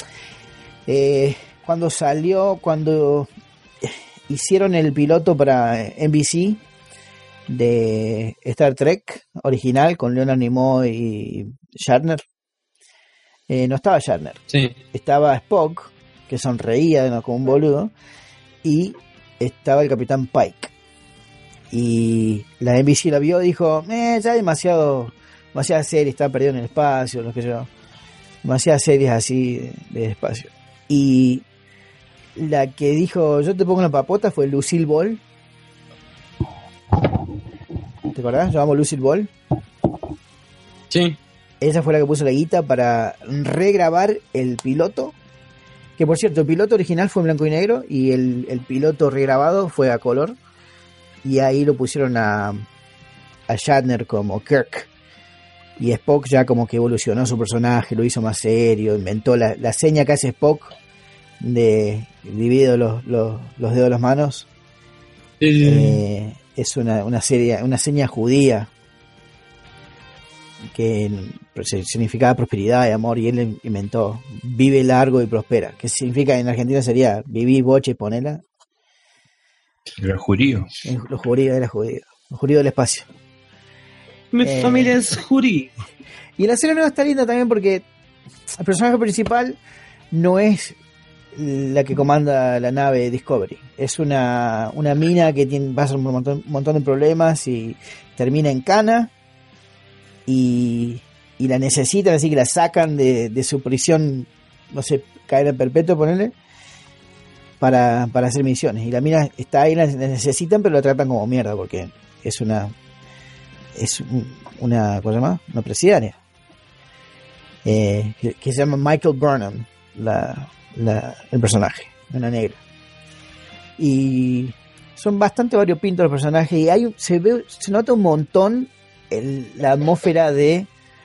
Cuando hicieron el piloto para NBC de Star Trek original con Leonard Nimoy y Shatner, no estaba Shatner, Sí. estaba Spock, que sonreía ¿no? como un boludo, y estaba el Capitán Pike. Y la NBC la vio y dijo, ya demasiada serie, está perdido en el espacio, lo que yo, demasiadas series así de espacio. Y la que dijo, yo te pongo una papota, fue Lucille Ball. ¿Te acordás? Llamamos Lucille Ball. Sí. Ella fue la que puso la guita para regrabar el piloto. Que por cierto, el piloto original fue en blanco y negro y el piloto regrabado fue a color. Y ahí lo pusieron a Shatner como Kirk. Y Spock ya como que evolucionó su personaje, lo hizo más serio, inventó la seña que hace Spock de dividido los dedos de las manos. Sí. Es una seña judía que significaba prosperidad y amor, y él inventó vive largo y prospera, que significa en Argentina sería viví, boche y ponela. Era judío. Los judíos era judío, los judíos del espacio. Mi familia es jurí. Y la serie nueva está linda también porque el personaje principal no es la que comanda la nave Discovery. Es una mina que pasa un montón de problemas y termina en cana y la necesitan, así que la sacan de su prisión, no sé, cadena perpetua, ponerle, para hacer misiones. Y la mina está ahí, la necesitan, pero la tratan como mierda porque es una ¿cómo se llama? Una presidiaria. Que se llama Michael Burnham, el personaje, una negra. Y son bastante variopintos los personajes y se nota un montón la atmósfera de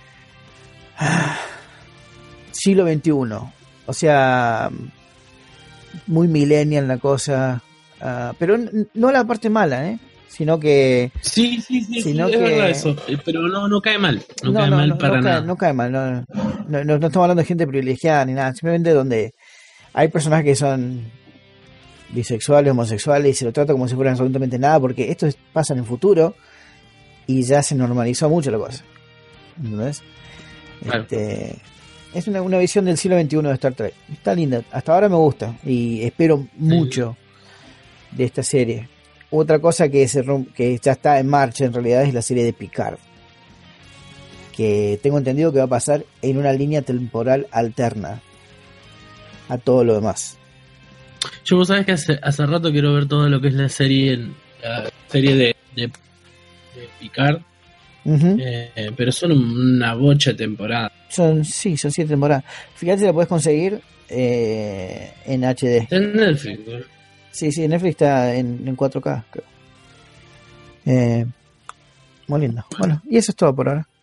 siglo XXI. O sea, muy millennial la cosa, pero no la parte mala, sino que Sí, sino es que- verdad eso. Pero no cae mal. No cae mal para nada. No cae mal. No estamos hablando de gente privilegiada ni nada. Simplemente donde hay personajes que son bisexuales, homosexuales, y se lo trata como si fueran absolutamente nada, porque esto pasa en el futuro y ya se normalizó mucho la cosa. ¿Entendés? Claro. Es una visión del siglo XXI de Star Trek. Está linda. Hasta ahora me gusta y espero mucho de esta serie. Otra cosa que ya está en marcha en realidad es la serie de Picard, que tengo entendido que va a pasar en una línea temporal alterna a todo lo demás. Yo, vos sabés que hace rato quiero ver todo lo que es la serie de Picard, Ujú. pero son una bocha de temporada. Son 7 temporadas. Fíjate si la puedes conseguir en HD. Está en Netflix, ¿no? Sí, Netflix está en 4K, creo. Muy lindo. Bueno, y eso es todo por ahora.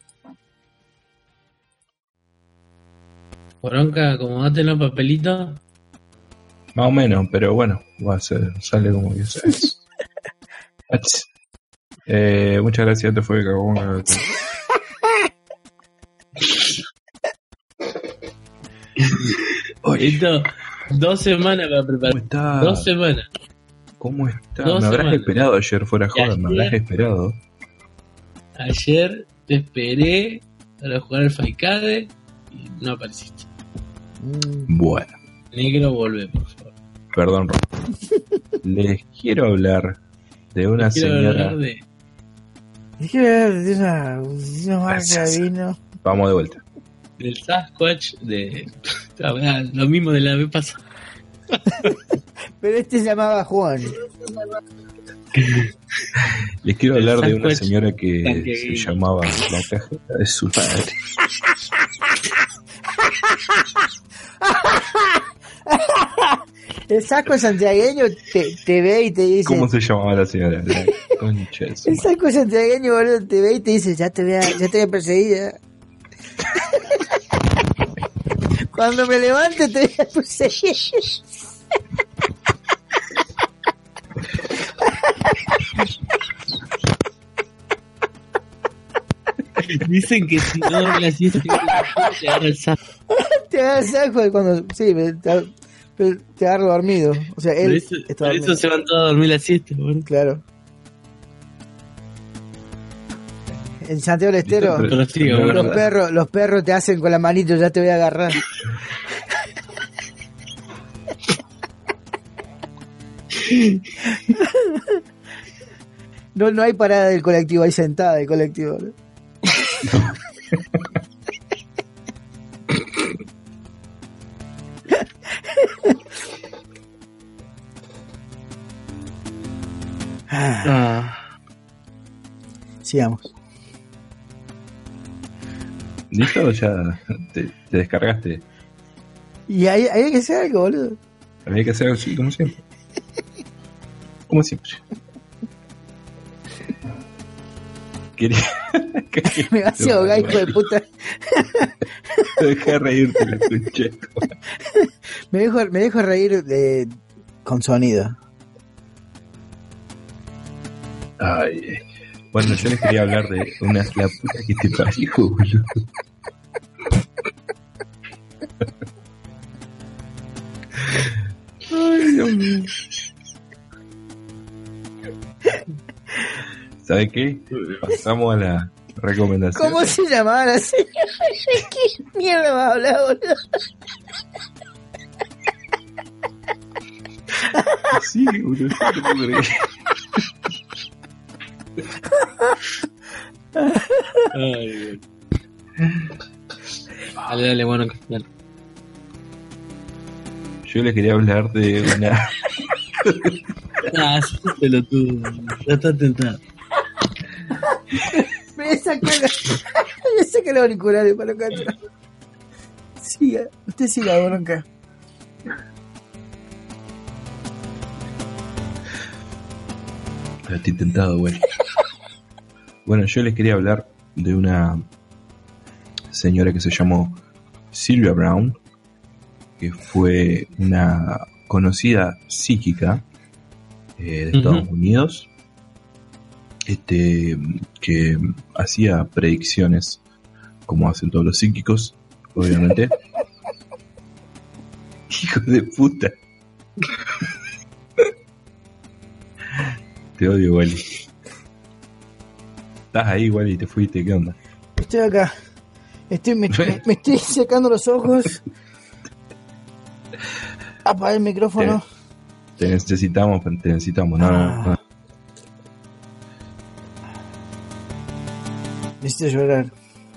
Poronca, acomodate en los papelitos. Más o menos, pero bueno, sale como que es. Muchas gracias, te fue cagón. Esto, 2 semanas para preparar. ¿Cómo está? 2 semanas. ¿Cómo está? 2 Me habrás semanas. esperado ayer fuera Y joda, me habrás ayer- esperado. Ayer te esperé para jugar al Faicade y no apareciste. Bueno, Negro, volvé, por favor. perdón, Ron. Les quiero hablar de una Quiero señora. hablar de... Es que de una marca de vino. Vamos de vuelta. del Sasquatch de... Lo mismo de la vez pasada. Pero este se llamaba Juan. Les quiero hablar de una Sasquatch señora que tanque se gay. llamaba la cajeta de su padre. El saco santiagueño te ve y te dice. ¿Cómo se llamaba la señora? La concha de su El madre. saco santiagueño, boludo, te ve y te dice, ya te voy a perseguir. Cuando me levante te voy a perseguir. Dicen que si no dormís la siesta, te agarra el saco. Te agarra el saco y cuando. Sí, te agarra dormido. O sea, Por él eso, está por dormido. eso se van todos a dormir la siesta, boludo. Claro. En Santiago del Estero, Pero sí, boludo. los perros te hacen con la manito, ya te voy a agarrar. No hay parada del colectivo, hay sentada del colectivo. ¿No? Ah, Sigamos. ¿Listo? Ya te descargaste. Y hay que hacer algo, boludo. Había que hacer algo así, como siempre. Como siempre. Quería... Me vas a ahogar, hijo de puta. Deja de reírte, la concha. Me dejo reír con sonido. Ay. Bueno, yo les quería hablar de una... La puta que te parió, boludo. Ay, Dios mío. ¿Sabe qué? Pasamos a la recomendación. ¿Cómo se llamaba la señora? ¿Qué mierda va a hablar, boludo? Sí, boludo, no te puedo creer. ay, dale, bueno, dale. Yo les quería hablar de una... Ah, sí, pelotudo. Ya está tentado. Me saca el auricular para acá atrás. Siga, usted siga, bronca. Estoy tentado, güey. Bueno, yo les quería hablar de una señora que se llamó Sylvia Brown, que fue una conocida psíquica de Estados Unidos, que hacía predicciones, como hacen todos los psíquicos, obviamente. Hijo de puta. Te odio, Wally. Estás ahí, Wally, te fuiste, ¿qué onda? Estoy acá. Me estoy secando los ojos. Apaga el micrófono. Te necesitamos, no. Necesito llorar.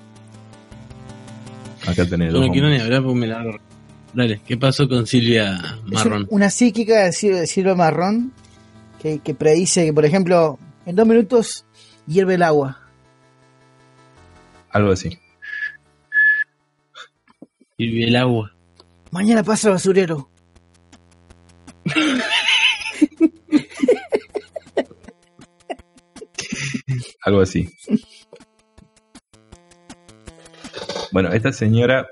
Acá tenés Yo dos no quiero ni hombres. hablar porque me la agarro. Dale, ¿qué pasó con Silvia Marrón? Es una psíquica de Silvia Marrón que predice que, por ejemplo, en 2 minutos hierve el agua. Algo así. Silvia el agua. Mañana pasa el basurero. Algo así. Bueno, esta señora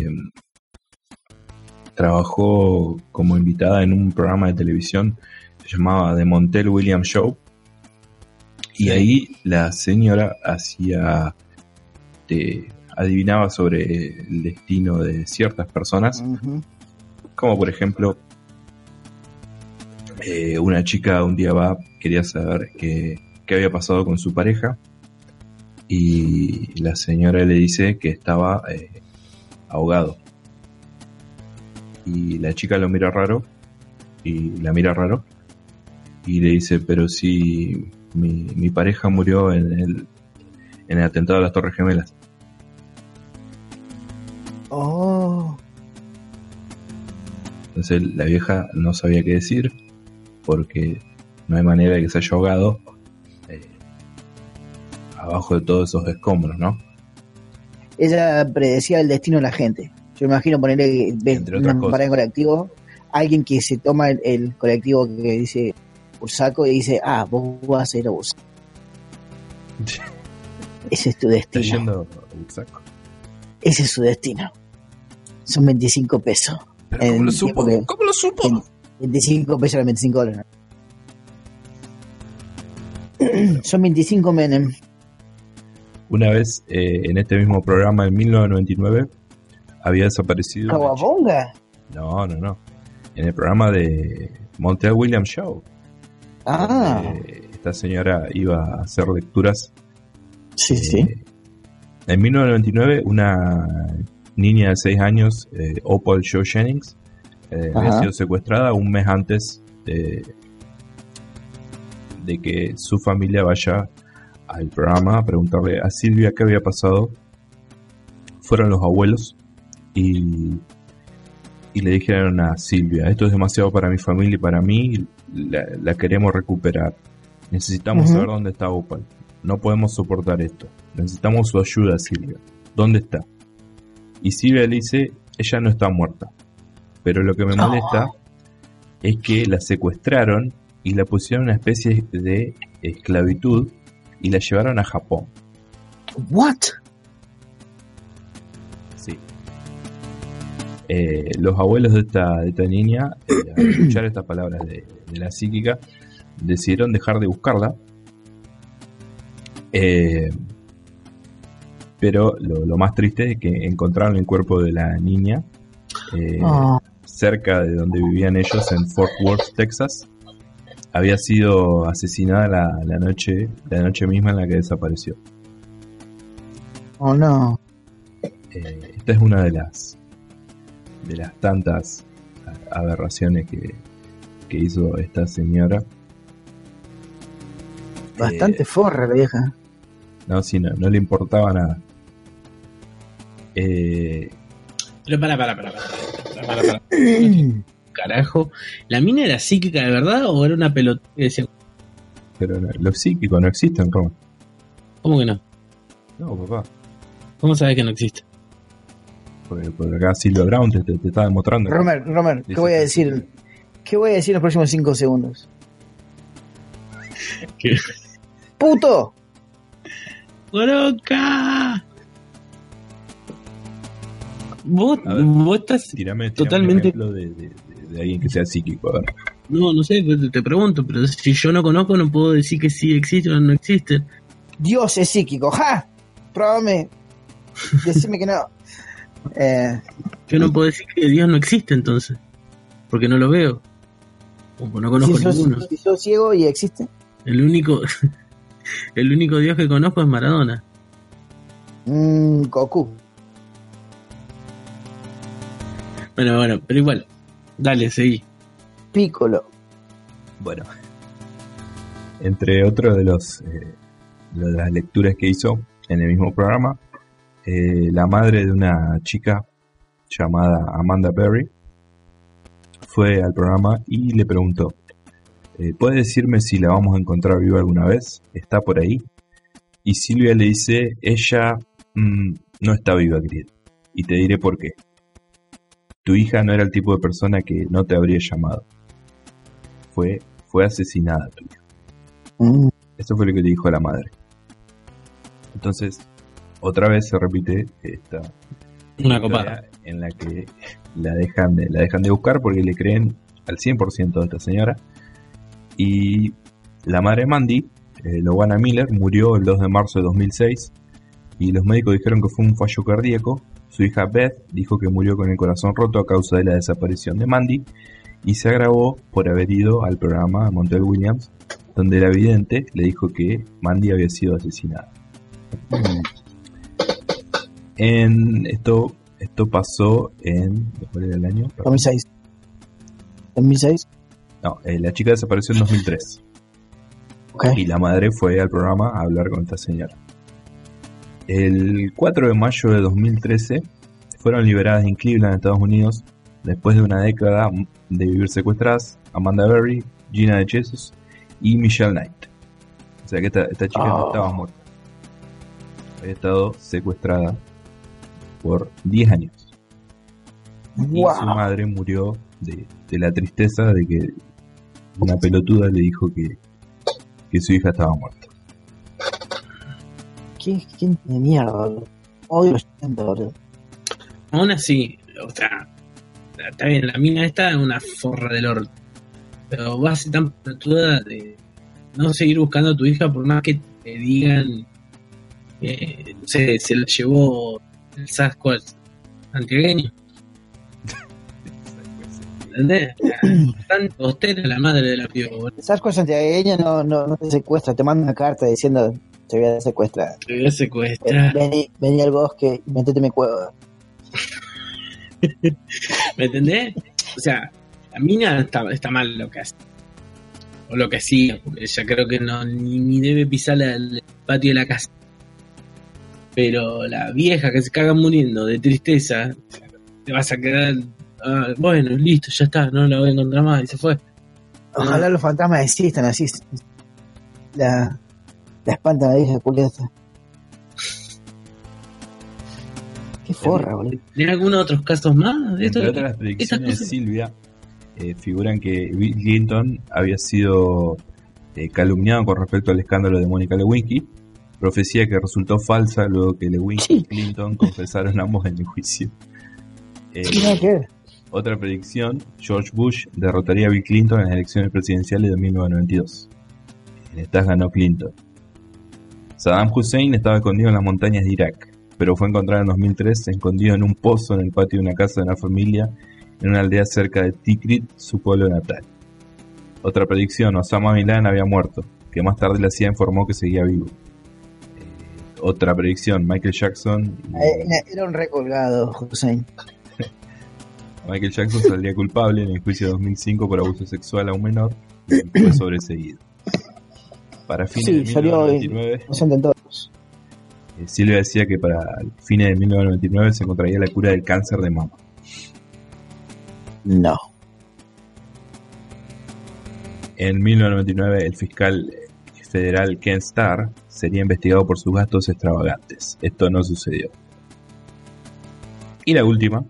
trabajó como invitada en un programa de televisión que se llamaba The Montel Williams Show. Y ahí la señora hacía... adivinaba sobre el destino de ciertas personas. Uh-huh. Como por ejemplo, una chica un día quería saber qué había pasado con su pareja, y la señora le dice que estaba ahogado, y la chica lo mira raro y la mira raro y le dice: pero si mi pareja murió en el atentado de las Torres Gemelas. Oh. Entonces la vieja no sabía qué decir, porque no hay manera de que se haya ahogado abajo de todos esos escombros, ¿no? Ella predecía el destino de la gente. Yo me imagino ponerle que ves Entre otras una cosas. parada en colectivo, alguien que se toma el colectivo que dice Bursaco y dice, vos vas a ir a Bursaco. Ese es tu Está destino. yendo a Bursaco. Ese es su destino. Son 25 pesos. Pero ¿cómo lo supo? Porque ¿Cómo lo supo? 25 pesos eran 25 dólares. Son 25 Menem. Una vez en este mismo programa, en 1999, había desaparecido. ¿Caguabonga? No. En el programa de Montel Williams Show. Esta señora iba a hacer lecturas. Sí. En 1999, una niña de 6 años, Opal Joe Jennings, había sido secuestrada un mes antes de que su familia vaya al programa a preguntarle a Silvia qué había pasado. Fueron los abuelos y le dijeron a Silvia: esto es demasiado para mi familia y para mí, la queremos recuperar, necesitamos saber dónde está Opal, no podemos soportar esto, necesitamos su ayuda, Silvia, ¿dónde está? Y Silvia le dice: ella no está muerta, pero lo que me molesta es que la secuestraron y la pusieron en una especie de esclavitud y la llevaron a Japón. ¿What? Sí. Los abuelos de esta niña, al escuchar estas palabras de la psíquica, decidieron dejar de buscarla. Pero lo más triste es que encontraron el cuerpo de la niña cerca de donde vivían ellos, en Fort Worth, Texas. Había sido asesinada la noche misma en la que desapareció. Oh no. Esta es una de las tantas aberraciones que hizo esta señora. Bastante forra la vieja. No le importaba nada. Pero para. Carajo, ¿la mina era psíquica de verdad o era una pelota que decía? Pero los psíquicos no existen, Roma. ¿Cómo que no? No, papá. ¿Cómo sabes que no existe? Porque acá Silvia Brown te está demostrando. Romer, ¿qué voy a decir? ¿Qué voy a decir en los próximos 5 segundos? ¿Qué? ¡Puto! ¡Goroca! Vos estás Tirame totalmente... un ejemplo de alguien que sea psíquico. A ver. No sé, te pregunto, pero si yo no conozco no puedo decir que sí existe o no existe. Dios es psíquico, ¡ja! Pruébame. Decime que no. Yo no puedo decir que Dios no existe entonces, porque no lo veo. O no conozco ninguno. Si sos ciego y existe. El único Dios que conozco es Maradona. Goku. Bueno, pero igual. Dale, seguí. Piccolo. Bueno, entre otros de las lecturas que hizo en el mismo programa, la madre de una chica llamada Amanda Berry fue al programa y le preguntó: ¿puede decirme si la vamos a encontrar viva alguna vez? ¿Está por ahí? Y Silvia le dice: ella no está viva, querida, y te diré por qué. Tu hija no era el tipo de persona que no te habría llamado. Fue asesinada tu hija. Eso fue lo que te dijo la madre. Entonces, otra vez se repite esta Una copada en la que la dejan de buscar porque le creen al 100% a esta señora. Y la madre Mandy, Lowana Miller, murió el 2 de marzo de 2006 y los médicos dijeron que fue un fallo cardíaco. Su hija Beth dijo que murió con el corazón roto a causa de la desaparición de Mandy, y se agravó por haber ido al programa Montel Williams, donde la vidente le dijo que Mandy había sido asesinada. Esto pasó en... ¿cuál era el año? 2006. ¿2006? No, la chica desapareció en 2003. Okay. Y la madre fue al programa a hablar con esta señora. El 4 de mayo de 2013 fueron liberadas en Cleveland, Estados Unidos, después de una década de vivir secuestradas, Amanda Berry, Gina de Jesus y Michelle Knight. O sea que esta chica no estaba muerta. Había estado secuestrada por 10 años. Y su madre murió de la tristeza de que una pelotuda le dijo que su hija estaba muerta. ¿Qué de mierda, boludo? Odio los 80, boludo. Aún así, o sea, está bien, la mina esta es una forra del orto. Pero vas a ser tan pelotuda de no seguir buscando a tu hija por más que te digan que se la llevó el Sasquatch santiagueño. ¿Entendés? Tan postera la madre de la piba, boludo. El Sasquatch santiagueño no te secuestra, te manda una carta diciendo te voy a secuestrar. Te voy a secuestrar. Vení al bosque y métete en mi cueva. ¿Me entendés? O sea, la mina está mal lo que hace. O lo que hacía, porque ella creo que no ni debe pisar el patio de la casa. Pero la vieja que se caga muriendo de tristeza, te vas a quedar, bueno, listo, ya está, no la voy a encontrar más, y se fue. Ojalá los fantasmas existan así. La espanta la hija culeta. Qué forra, boludo. ¿Tiene algunos otros casos más? Entre otras predicciones de Silvia, figuran que Bill Clinton había sido calumniado con respecto al escándalo de Mónica Lewinsky, profecía que resultó falsa luego que Lewinsky y Clinton confesaron ambos en el juicio. Otra predicción, George Bush derrotaría a Bill Clinton en las elecciones presidenciales de 1992. En estas ganó Clinton. Saddam Hussein estaba escondido en las montañas de Irak, pero fue encontrado en 2003 escondido en un pozo en el patio de una casa de una familia en una aldea cerca de Tikrit, su pueblo natal. Otra predicción, Osama Bin Laden había muerto, que más tarde la CIA informó que seguía vivo. Otra predicción, Michael Jackson... Era un recolgado, Hussein. Michael Jackson saldría culpable en el juicio de 2005 por abuso sexual a un menor y fue sobreseído. Para fines de 1999... todos. Silvia decía que para fines de 1999 se encontraría la cura del cáncer de mama. No. En 1999 el fiscal federal Ken Starr sería investigado por sus gastos extravagantes. Esto no sucedió. Y la última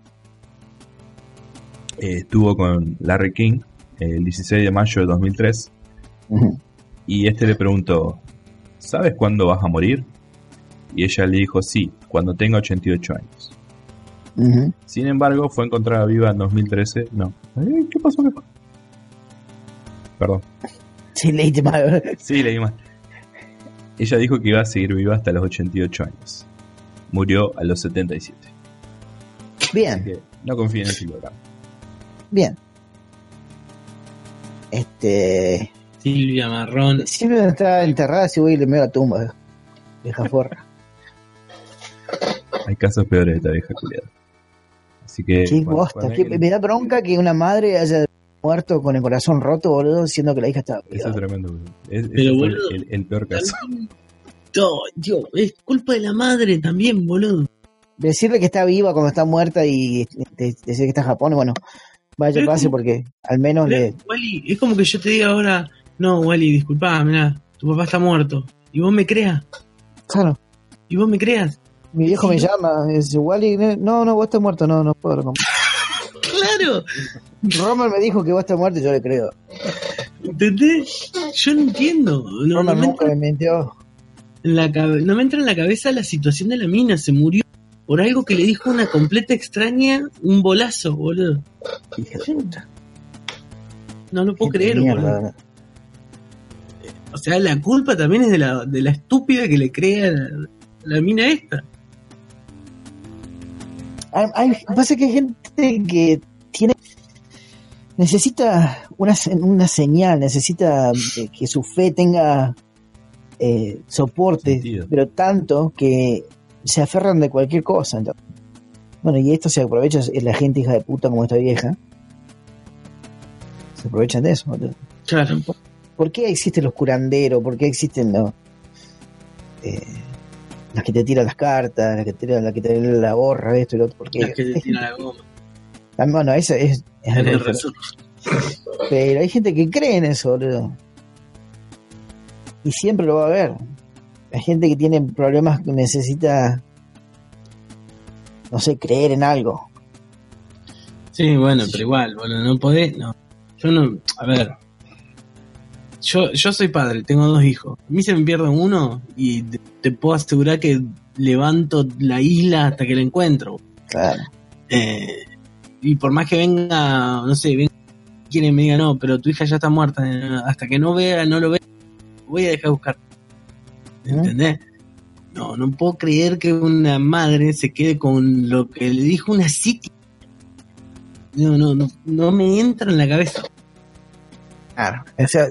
estuvo con Larry King el 16 de mayo de 2003 y este le preguntó: ¿sabes cuándo vas a morir? Y ella le dijo: sí, cuando tenga 88 años. Sin embargo, fue encontrada viva en 2013. No. ¿Qué pasó? Perdón. Sí, leíste mal. Sí, leí mal. Ella dijo que iba a seguir viva hasta los 88 años. Murió a los 77. Bien. Así que no confíen en el psicólogo. Bien. Silvia Marrón. Silvia está enterrada si voy y le meo la tumba. Vieja forra. Hay casos peores de esta vieja culiada. Así que... Qué bosta. Me da bronca que una madre haya muerto con el corazón roto, boludo, siendo que la hija estaba viva. Eso es tremendo, boludo. Pero, fue boludo, el peor caso. Dios, es culpa de la madre también, boludo. Decirle que está viva cuando está muerta y decir que está en Japón, bueno, vaya Pero pase porque al menos le... Wally, es como que yo te diga ahora: no, Wally, disculpá, mirá, tu papá está muerto. Y vos me creas. Claro. Y vos me creas. Mi viejo me llama, dice: Wally, no, vos estás muerto, no puedo hablar con vos. Claro. Romer me dijo que vos estás muerto y yo le creo. ¿Entendés? Yo no entiendo. Romer nunca me mintió. No me entra en la cabeza la situación de la mina. Se murió por algo que le dijo una completa extraña, un bolazo, boludo. Hija de puta. No lo puedo Qué creer, mierda, boludo. ¿verdad? O sea, la culpa también es de la estúpida que le crea la mina esta. Pasa que hay gente que necesita una señal, necesita que su fe tenga soporte, Sentido. pero tanto que se aferran de cualquier cosa. Entonces, bueno, y esto se aprovecha, es la gente hija de puta como esta vieja. Se aprovechan de eso, boludo. Claro. ¿Por qué existen los curanderos? ¿Por qué existen las que te tiran las cartas, las que te tiran la borra, esto y lo otro? ¿Por qué? Las que te tiran la goma. Bueno, eso es algo Tenés diferente. razón. Pero hay gente que cree en eso, boludo. Y siempre lo va a haber. Hay gente que tiene problemas que necesita, no sé, creer en algo. Sí, bueno, pero igual, bueno, no podés, no. Yo no, a ver. Yo soy padre, tengo 2 hijos. A mí se me pierde uno y te puedo asegurar que levanto la isla hasta que la encuentro. Claro. Y por más que venga, no sé, venga quien me diga, no, pero tu hija ya está muerta, hasta que no lo vea, voy a dejar de buscar. ¿Entendés? No puedo creer que una madre se quede con lo que le dijo una psíquica. No me entra en la cabeza. Claro. O sea,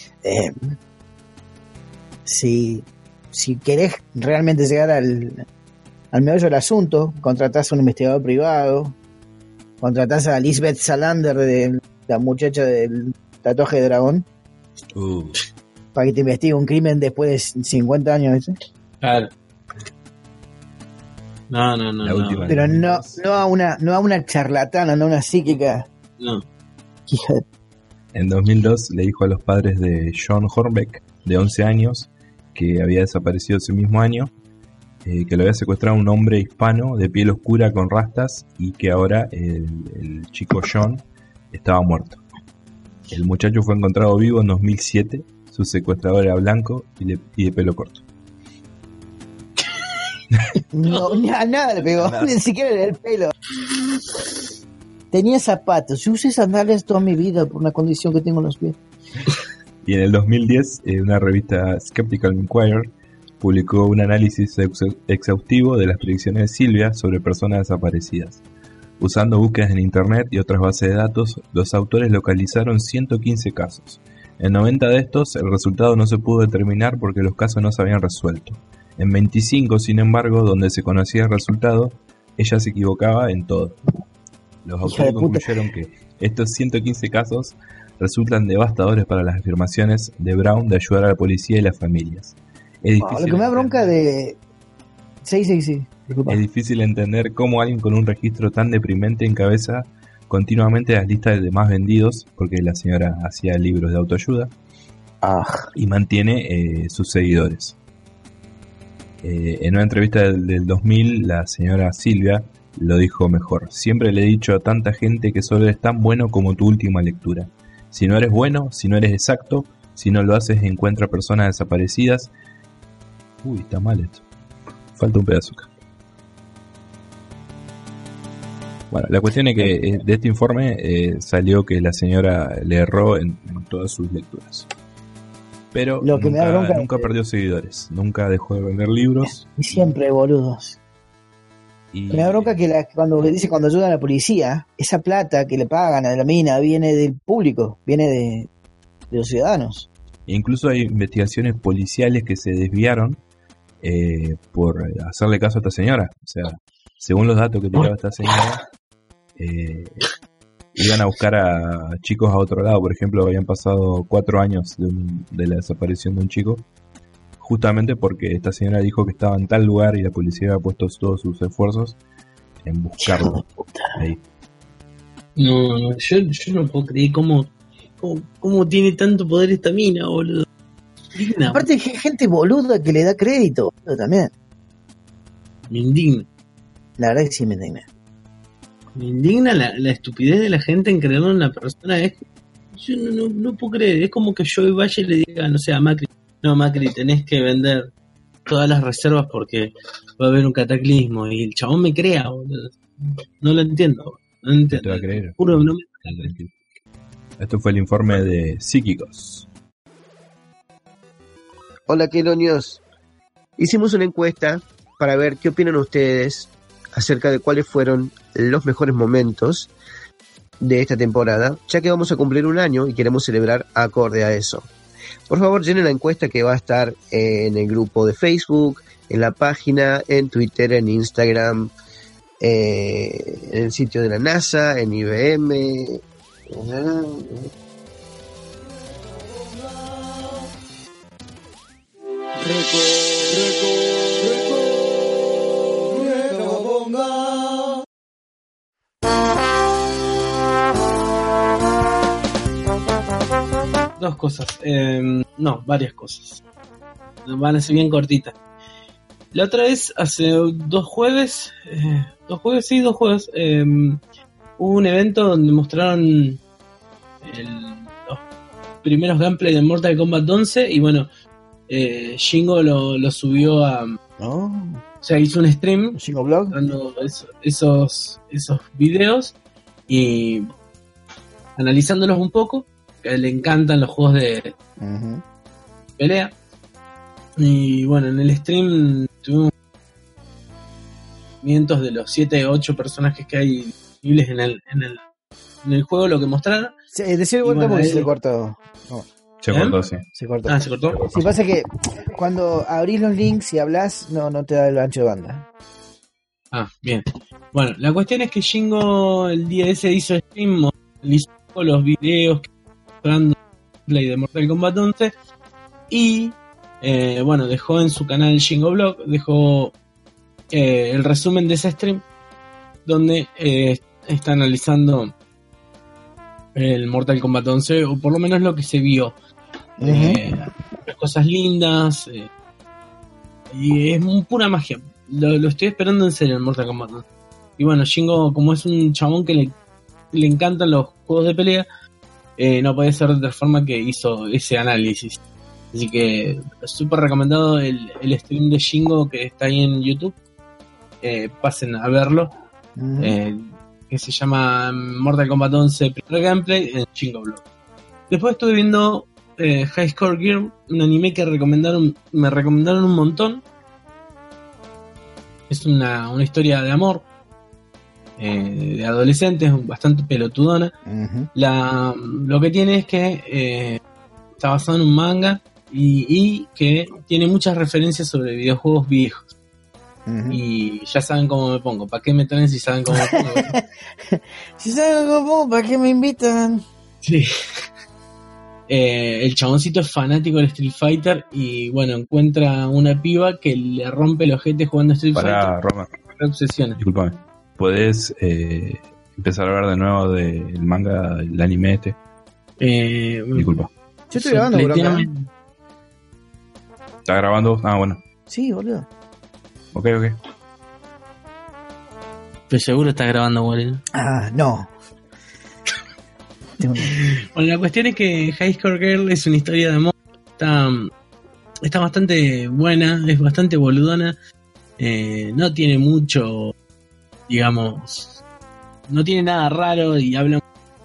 si querés realmente llegar al meollo del asunto, contratás a un investigador privado, contratás a Lisbeth Salander, de la muchacha del tatuaje de dragón, para que te investigue un crimen después de 50 años, ¿sí? Claro. No. Pero no a una charlatana, no a una psíquica. No. Hija de... En 2002 le dijo a los padres de John Hornbeck, de 11 años, que había desaparecido ese mismo año, que lo había secuestrado un hombre hispano de piel oscura con rastas y que ahora el chico John estaba muerto. El muchacho fue encontrado vivo en 2007, su secuestrador era blanco y de pelo corto. No, nada le pegó, ni siquiera en el pelo. Tenía zapatos. Yo usé sandalias toda mi vida por una condición que tengo en los pies. Y en el 2010, una revista Skeptical Inquirer publicó un análisis exhaustivo de las predicciones de Silvia sobre personas desaparecidas. Usando búsquedas en internet y otras bases de datos, los autores localizaron 115 casos. En 90 de estos, el resultado no se pudo determinar porque los casos no se habían resuelto. En 25, sin embargo, donde se conocía el resultado, ella se equivocaba en todo. Los autores concluyeron que estos 115 casos resultan devastadores para las afirmaciones de Brown de ayudar a la policía y las familias. Es difícil lo que me da bronca de... Sí. Disculpa. Es difícil entender cómo alguien con un registro tan deprimente encabeza continuamente las listas de más vendidos, porque la señora hacía libros de autoayuda y mantiene sus seguidores. En una entrevista del 2000, la señora Silvia lo dijo mejor: siempre le he dicho a tanta gente que solo eres tan bueno como tu última lectura. Si no eres bueno, si no eres exacto, si no lo haces, encuentra personas desaparecidas. Uy, está mal esto. Falta un pedazo acá. Bueno, la cuestión es que de este informe salió que la señora le erró en todas sus lecturas. Pero lo que nunca perdió seguidores, nunca dejó de vender libros. Y siempre, boludos. Me da bronca que cuando ayudan a la policía, esa plata que le pagan a la mina viene del público, viene de los ciudadanos. E incluso hay investigaciones policiales que se desviaron por hacerle caso a esta señora. O sea, según los datos que tiraba esta señora, iban a buscar a chicos a otro lado. Por ejemplo, habían pasado 4 años de la desaparición de un chico, justamente porque esta señora dijo que estaba en tal lugar y la policía había puesto todos sus esfuerzos en buscarlo ahí. No, yo no puedo creer cómo tiene tanto poder esta mina, boludo. Digna, aparte hay gente boluda que le da crédito, boludo, también. Me indigna. La verdad que sí me indigna. Me indigna la estupidez de la gente en creer en una persona. Yo no puedo creer. Es como que yo vaya y le diga, no sé, a Macri: no, Macri, tenés que vender todas las reservas porque va a haber un cataclismo. Y el chabón me crea, boludo. No lo entiendo, boludo. No entiendo. No te va a creer. Juro que no me... Esto fue el informe de Psíquicos. Hola, quelonios. Hicimos una encuesta para ver qué opinan ustedes acerca de cuáles fueron los mejores momentos de esta temporada, ya que vamos a cumplir un año y queremos celebrar acorde a eso. Por favor, llenen la encuesta que va a estar en el grupo de Facebook, en la página, en Twitter, en Instagram, en el sitio de la NASA, en IBM. Dos cosas. No, varias cosas. van a ser bien cortitas. La otra vez, hace dos jueves, hubo un evento donde mostraron los primeros gameplay de Mortal Kombat 11 y bueno, Shingo lo subió a... O sea, hizo un stream Shingo Blog dando esos videos y analizándolos un poco, que le encantan los juegos de pelea. Y bueno, en el stream tuvimos movimientos de los 7 o 8 personajes que hay disponibles en el juego, lo que mostraron. Sí, decía de vuelta porque se cortó. No. Se cortó, sí. Se cortó. Ah, se cortó. Sí, pasa que cuando abrís los links y hablas, no te da el ancho de banda. Ah, bien. Bueno, la cuestión es que Shingo el día ese hizo stream, hizo los videos mostrando play de Mortal Kombat 11 y bueno, dejó en su canal Shingo Blog, dejó el resumen de ese stream donde está analizando el Mortal Kombat 11, o por lo menos lo que se vio. Las cosas lindas, y es pura magia. Lo estoy esperando en serio el Mortal Kombat 11. Y bueno, Shingo, como es un chabón que le encantan los juegos de pelea, no puede ser de otra forma que hizo ese análisis. Así que súper recomendado el stream de Shingo que está ahí en YouTube. Pasen a verlo. Que se llama Mortal Kombat 11 primer gameplay en Shingo Blog. Después estuve viendo High Score Girl, un anime que me recomendaron un montón. Es una historia de amor de adolescentes, bastante pelotudona. Lo que tiene es que está basado en un manga y que tiene muchas referencias sobre videojuegos viejos. Y ya saben cómo me pongo. ¿Para qué me traen si saben cómo me pongo? Si saben cómo me pongo, ¿para qué me invitan? Sí. El chaboncito es fanático del Street Fighter y bueno, encuentra una piba que le rompe el ojete jugando Street Fighter. Roma. Obsesiones. Disculpame. ¿Puedes empezar a hablar de nuevo del manga, el anime este? Disculpa. Yo estoy grabando, bro. ¿Está grabando? Ah, bueno. Sí, boludo. Ok. Pero seguro está grabando, boludo. Ah, no. Bueno, la cuestión es que High Score Girl es una historia de amor. Está bastante buena, es bastante boludona. No tiene mucho, digamos, no tiene nada raro y habla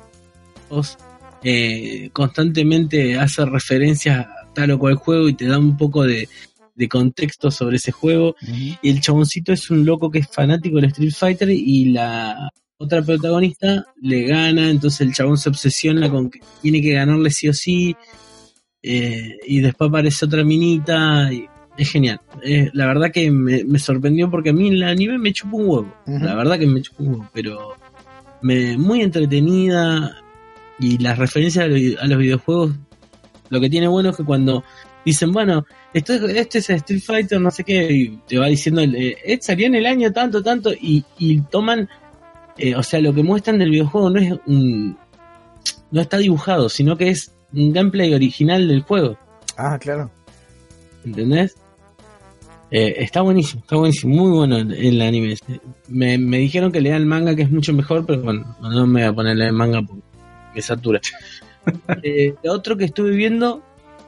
constantemente hace referencias a tal o cual juego y te da un poco de contexto sobre ese juego. Y el chaboncito es un loco que es fanático del Street Fighter y la otra protagonista le gana, entonces el chabón se obsesiona con que tiene que ganarle sí o sí, y después aparece otra minita y es genial. La verdad que me sorprendió porque a mí el anime me chupó un huevo. La verdad que me chupó un huevo, pero muy entretenida y las referencias a los videojuegos. Lo que tiene bueno es que cuando dicen, bueno, este es Street Fighter, no sé qué, y te va diciendo, salió en el año tanto, y toman, o sea, lo que muestran del videojuego no está dibujado, sino que es un gameplay original del juego. Ah, claro. ¿Entendés? Está buenísimo, muy bueno el anime. Me dijeron que lea el manga, que es mucho mejor, pero bueno, no me voy a poner a leer el manga porque me satura. Lo otro que estuve viendo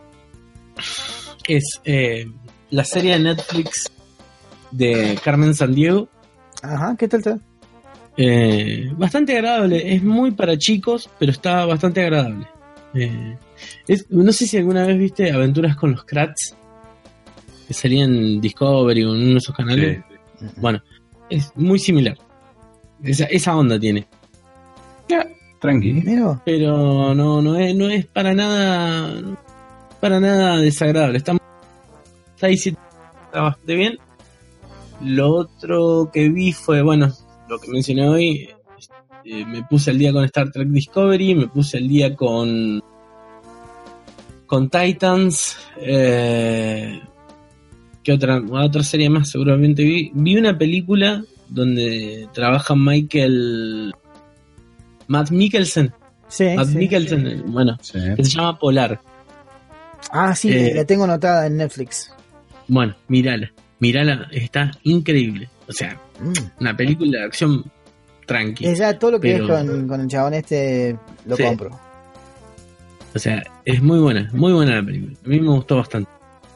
es la serie de Netflix de Carmen Sandiego. Ajá, ¿qué tal está? Bastante agradable, es muy para chicos, pero está bastante agradable. No sé si alguna vez viste Aventuras con los Kratts, que salía en Discovery o en uno de esos canales. Sí. Bueno, es muy similar. Esa onda tiene. Ya, tranquilo. Pero no es para nada desagradable. Está bastante bien. Lo otro que vi fue, bueno, lo que mencioné hoy. Me puse al día con Star Trek Discovery, me puse al día con Titans. ¿Qué otra serie más seguramente vi? Vi una película donde trabaja Matt Mikkelsen. Sí, Mikkelsen, bueno, sí. Que se llama Polar. Ah, sí, la tengo anotada en Netflix. Bueno, mírala, está increíble. O sea, una película de acción tranqui. Ya todo lo que pero- es con el chabón lo Sí. compro. O sea, es muy buena la película. A mí me gustó bastante.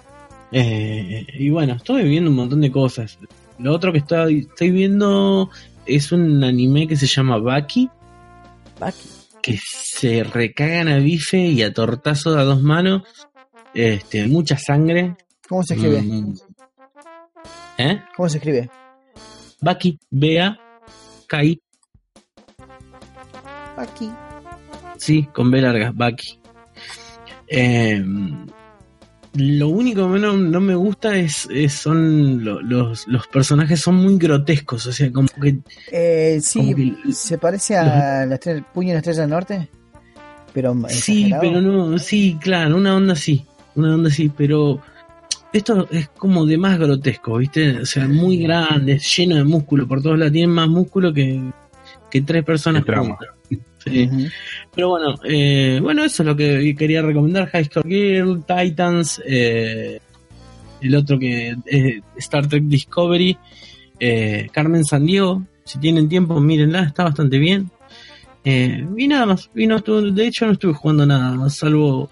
Y bueno, estuve viendo un montón de cosas. Lo otro que estoy viendo es un anime que se llama Baki, Baki. que se recagan a bife y a tortazo a dos manos. Mucha sangre. ¿Cómo se escribe? ¿Eh? ¿Cómo se escribe? Baki, B-A-K-I. Baki. Sí, con B larga, Baki. Lo único que no me gusta son los personajes son muy grotescos, o sea, como que Sí, como que- se parece a Puño en la Estrella del Norte, pero sí, exagerado. pero no, sí, claro, una onda así, pero esto es como de más grotesco, ¿viste? O sea, muy grande, lleno de músculo por todos lados, tienen más músculo que 3 personas Qué trama. juntas. Sí. Ujú. Pero bueno, eso es lo que quería recomendar. High Score Girl, Titans, el otro que es Star Trek Discovery, Carmen Sandiego. Si tienen tiempo, mírenla, está bastante bien. Y nada más. De hecho, no estuve jugando nada, salvo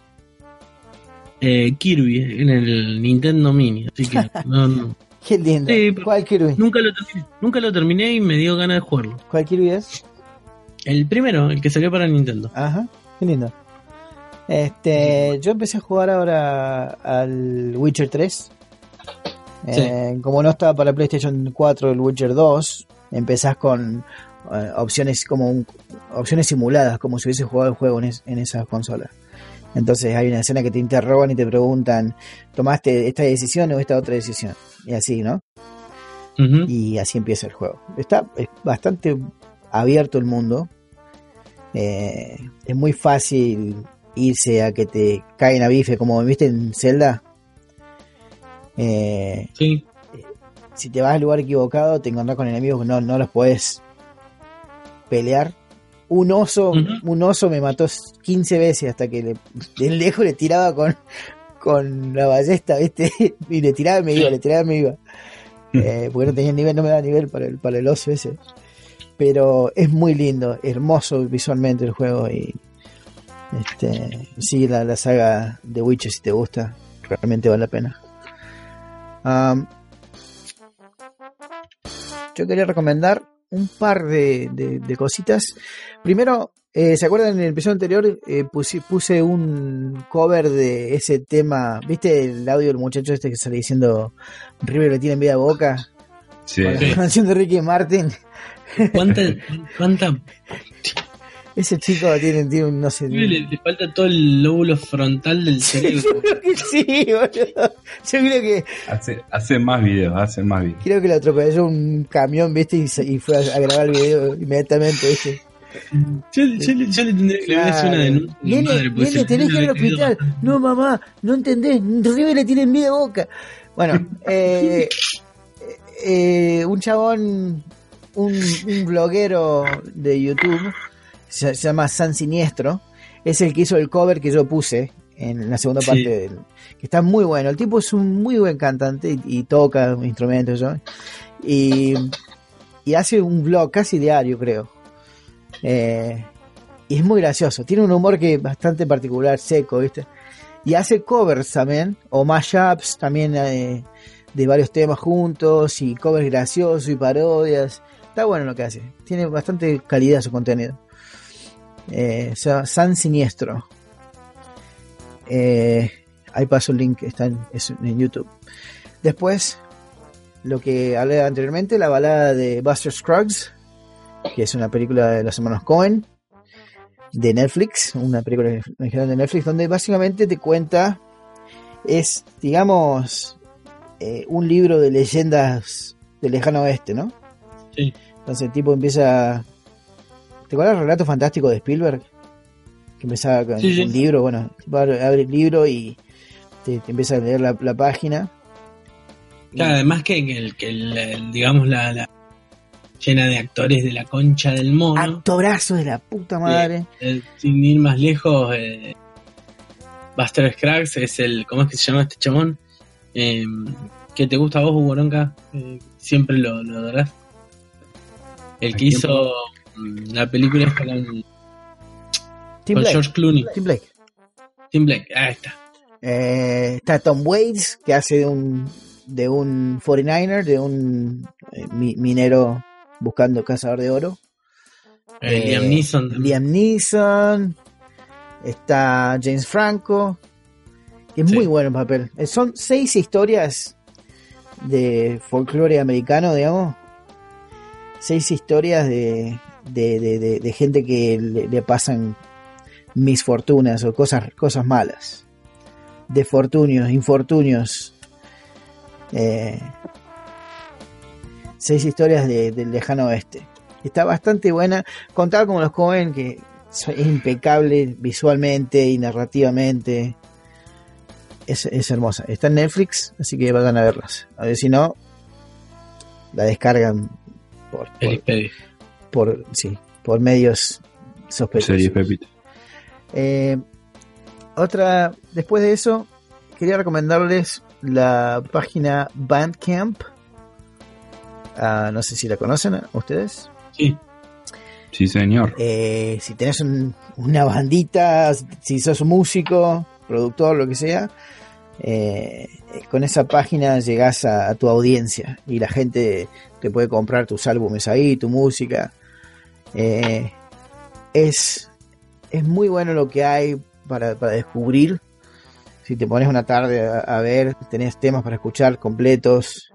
Kirby en el Nintendo Mini. Así que no. Qué lindo. Sí, pero- ¿Cuál Kirby? Nunca lo terminé y me dio ganas de jugarlo. ¿Cuál Kirby es? El primero, el que salió para Nintendo. Ajá, qué lindo. Yo empecé a jugar ahora al Witcher 3. Como no estaba para PlayStation 4 el Witcher 2, empezás con opciones opciones simuladas, como si hubiese jugado el juego en esa consola. Entonces hay una escena que te interrogan y te preguntan, ¿tomaste esta decisión o esta otra decisión? Y así, ¿no? Ujú. Y así empieza el juego. Es bastante abierto el mundo. Es muy fácil irse a que te caen a bife, como viste en Zelda. Sí. Si te vas al lugar equivocado, te encontrás con enemigos que no los podés pelear. Un oso me mató 15 veces hasta que de lejos le tiraba con la ballesta, ¿viste? Y le tiraba y me iba. Porque no tenía nivel, no me daba nivel para el oso ese. Pero es muy lindo, hermoso visualmente el juego. Y sigue la saga de Witcher si te gusta, realmente vale la pena. Yo quería recomendar un par de cositas. Primero, ¿se acuerdan en el episodio anterior? Puse un cover de ese tema. ¿Viste el audio del muchacho que sale diciendo River le tiene envidia a Boca? Sí. Con la canción de Ricky Martin. ¿Cuánta Ese chico tiene un, no sé. le falta todo el lóbulo frontal del cerebro? Yo creo que sí, boludo. Yo creo que Hace más videos. creo que le atropelló un camión, ¿viste? Y fue a grabar el video inmediatamente, ¿viste? Yo le tendría que hacer una denuncia a mi madre, porque Nene, se tenés que ir al le quedó- hospital. No, mamá, no entendés. River le tiene envidia a Boca. Bueno, un chabón, un bloguero de YouTube, se llama San Siniestro, es el que hizo el cover que yo puse en la segunda parte que está muy bueno. El tipo es un muy buen cantante y toca instrumentos, ¿no? Y hace un vlog casi diario, creo. Y es muy gracioso, tiene un humor que es bastante particular, seco, ¿viste? Y hace covers también, o mashups también, de varios temas juntos, y covers graciosos y parodias. Está bueno lo que hace, tiene bastante calidad su contenido. San Siniestro. Ahí paso el link, está en YouTube. Después, lo que hablé anteriormente, la balada de Buster Scruggs, que es una película de los hermanos Coen, de Netflix, una película original de Netflix, donde básicamente te cuenta, es, digamos, un libro de leyendas del lejano oeste, ¿no? Sí. Entonces el tipo empieza... ¿Te acuerdas del relato fantástico de Spielberg? Que empezaba con Sí. un libro, bueno, abre el libro y te empieza a leer la página. Claro, además que digamos la llena de actores de la concha del mono. Actorazo de la puta madre. Sin ir más lejos, Buster Scruggs es ¿cómo es que se llama este chabón? ¿Qué te gusta a vos, Hugo Ronca? Siempre lo adorás. El que hizo la película esta con George Clooney. Tim Blake, ahí está. Está Tom Waits, que hace de un 49er, de un minero buscando cazador de oro. Liam Neeson. Está James Franco, que es muy bueno el papel. Son 6 historias de folclore americano, digamos. 6 historias de gente que le pasan misfortunas o cosas malas. Defortunios, infortunios. 6 historias del lejano oeste. Está bastante buena. Contar con los Coen, que es impecable visualmente y narrativamente. Es hermosa. Está en Netflix, así que vayan a verlas. A ver si no, la descargan por medios sospechosos. Otra, después de eso, quería recomendarles la página Bandcamp. No sé si la conocen ustedes. Sí, señor. Si tenés una bandita, si sos un músico, productor, lo que sea, con esa página llegás a tu audiencia y la gente te puede comprar tus álbumes ahí, tu música. Es muy bueno lo que hay para descubrir. Si te pones una tarde a ver, tenés temas para escuchar completos,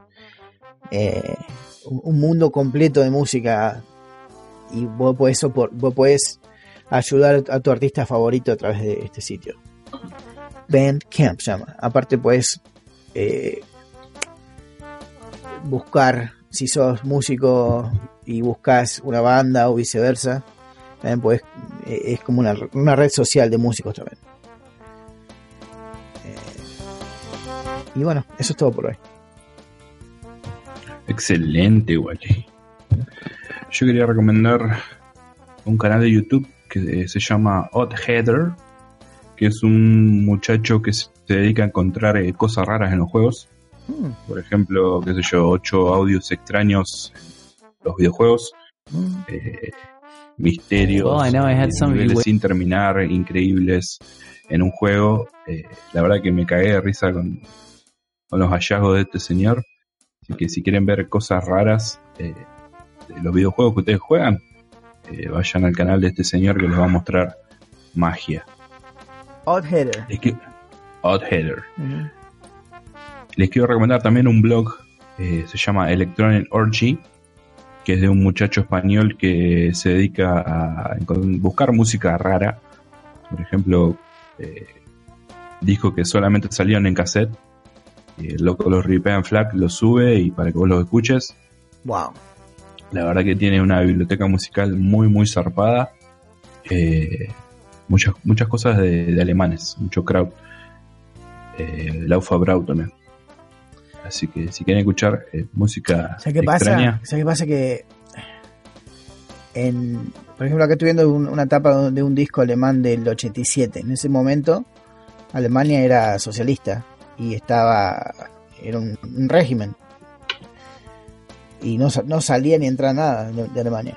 un mundo completo de música, y vos podés ayudar a tu artista favorito a través de este sitio. Bandcamp se llama. Aparte puedes buscar, si sos músico y buscas una banda o viceversa, también puedes, es como una red social de músicos también. Y bueno, eso es todo por hoy. Excelente, Guachi. Yo quería recomendar un canal de YouTube que se llama Odd Header, que es un muchacho que se dedica a encontrar cosas raras en los juegos. Por ejemplo, qué sé yo, 8 audios extraños en los videojuegos, misterios, niveles sin terminar, increíbles en un juego. La verdad que me cagué de risa con los hallazgos de este señor. Así que si quieren ver cosas raras de los videojuegos que ustedes juegan, vayan al canal de este señor que les va a mostrar magia. Odd Header. Odd Header. Les quiero recomendar también un blog, se llama Electronic Orgy, que es de un muchacho español que se dedica a buscar música rara. Por ejemplo, discos que solamente salieron en cassette. El loco los ripea en FLAC, los sube y para que vos los escuches. Wow. La verdad que tiene una biblioteca musical muy muy zarpada. Muchas cosas de alemanes, mucho Kraut, Laufa Brau también. Así que si quieren escuchar música extraña. ¿Sabes qué pasa? Que por ejemplo, acá estoy viendo una tapa de un disco alemán del 87. En ese momento Alemania era socialista y era un régimen, y no salía ni entraba nada de Alemania.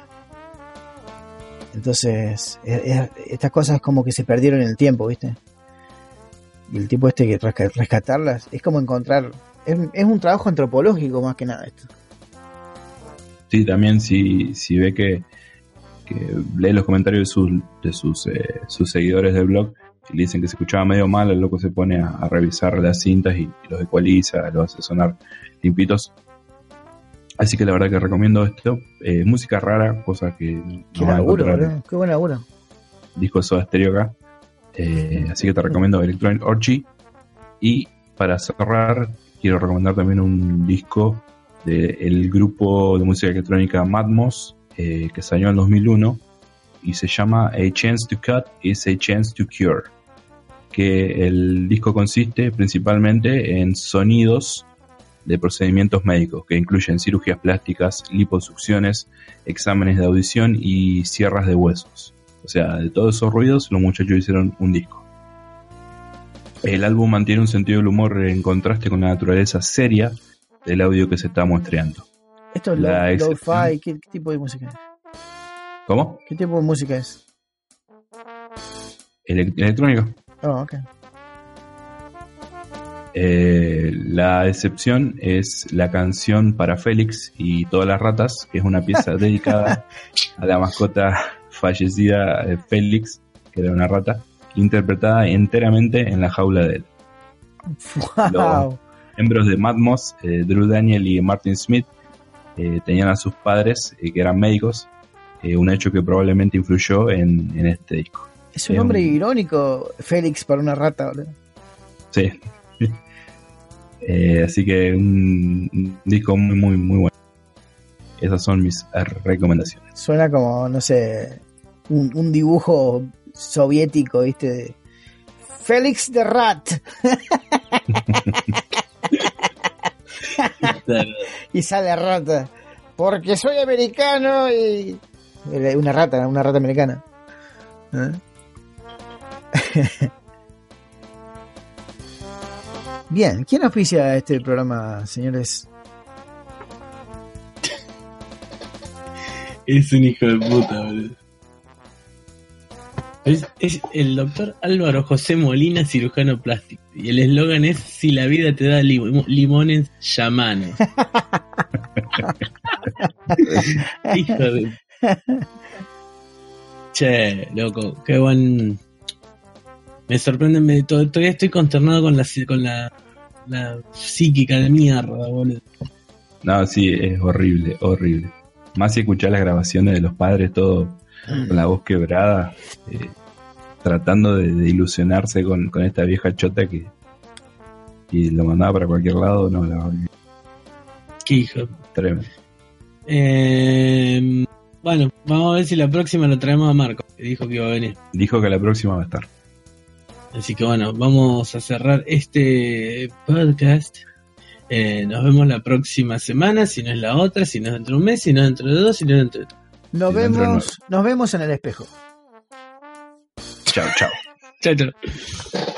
Entonces estas cosas como que se perdieron en el tiempo, ¿viste? Y el tipo que rescatarlas es como encontrar, es un trabajo antropológico más que nada esto. Sí, también si ve que lee los comentarios de sus seguidores del blog, y le dicen que se escuchaba medio mal, el loco se pone a revisar las cintas y los ecualiza, los hace sonar limpitos. Así que la verdad que recomiendo esto. Música rara, cosas que qué laburo, qué buen laburo. Disco Soda Stereo acá. Así que te recomiendo Electronic Orgy. Y para cerrar, quiero recomendar también un disco del grupo de música electrónica Matmos, que salió en 2001 y se llama A Chance to Cut is a Chance to Cure, que el disco consiste principalmente en sonidos de procedimientos médicos que incluyen cirugías plásticas, liposucciones, exámenes de audición y sierras de huesos. O sea, de todos esos ruidos los muchachos hicieron un disco. El álbum mantiene un sentido del humor en contraste con la naturaleza seria del audio que se está muestreando. Esto es La lo-fi, ¿qué tipo de música es? ¿Cómo? ¿Qué tipo de música es? Electrónico. Oh, ok. La excepción es la canción para Félix y todas las ratas, que es una pieza dedicada a la mascota fallecida Félix, que era una rata, interpretada enteramente en la jaula de él. Wow. Los miembros de Matmos, Drew Daniel y Martin Smith, tenían a sus padres que eran médicos, un hecho que probablemente influyó en este disco. Es un nombre irónico, Félix, para una rata, boludo. Sí. Así que un disco muy, muy, muy bueno. Esas son mis recomendaciones. Suena como, no sé, un dibujo soviético, ¿viste? De Félix the Rat. Y sale rata. Porque soy americano y... Una rata americana. ¿Eh? Bien, ¿quién auspicia este programa, señores? Es un hijo de puta, boludo. Es el doctor Álvaro José Molina, cirujano plástico. Y el eslogan es: si la vida te da limones, llamanos. Hijo de... Che, loco, qué buen... Me sorprende, todavía estoy consternado con la psíquica de mierda, boludo. No, sí, es horrible, horrible. Más si escuchar las grabaciones de los padres, todo con la voz quebrada, tratando de ilusionarse con esta vieja chota que y lo mandaba para cualquier lado. No, la verdad. Qué hijo. Tremendo. Bueno, vamos a ver si la próxima lo traemos a Marco, que dijo que iba a venir. Dijo que la próxima va a estar. Así que bueno, vamos a cerrar este podcast. Nos vemos la próxima semana, si no es la otra, si no es dentro de un mes, si no es dentro de 2, si no es dentro de 3. Nos vemos en el espejo. Chao, chao. Chao, chao.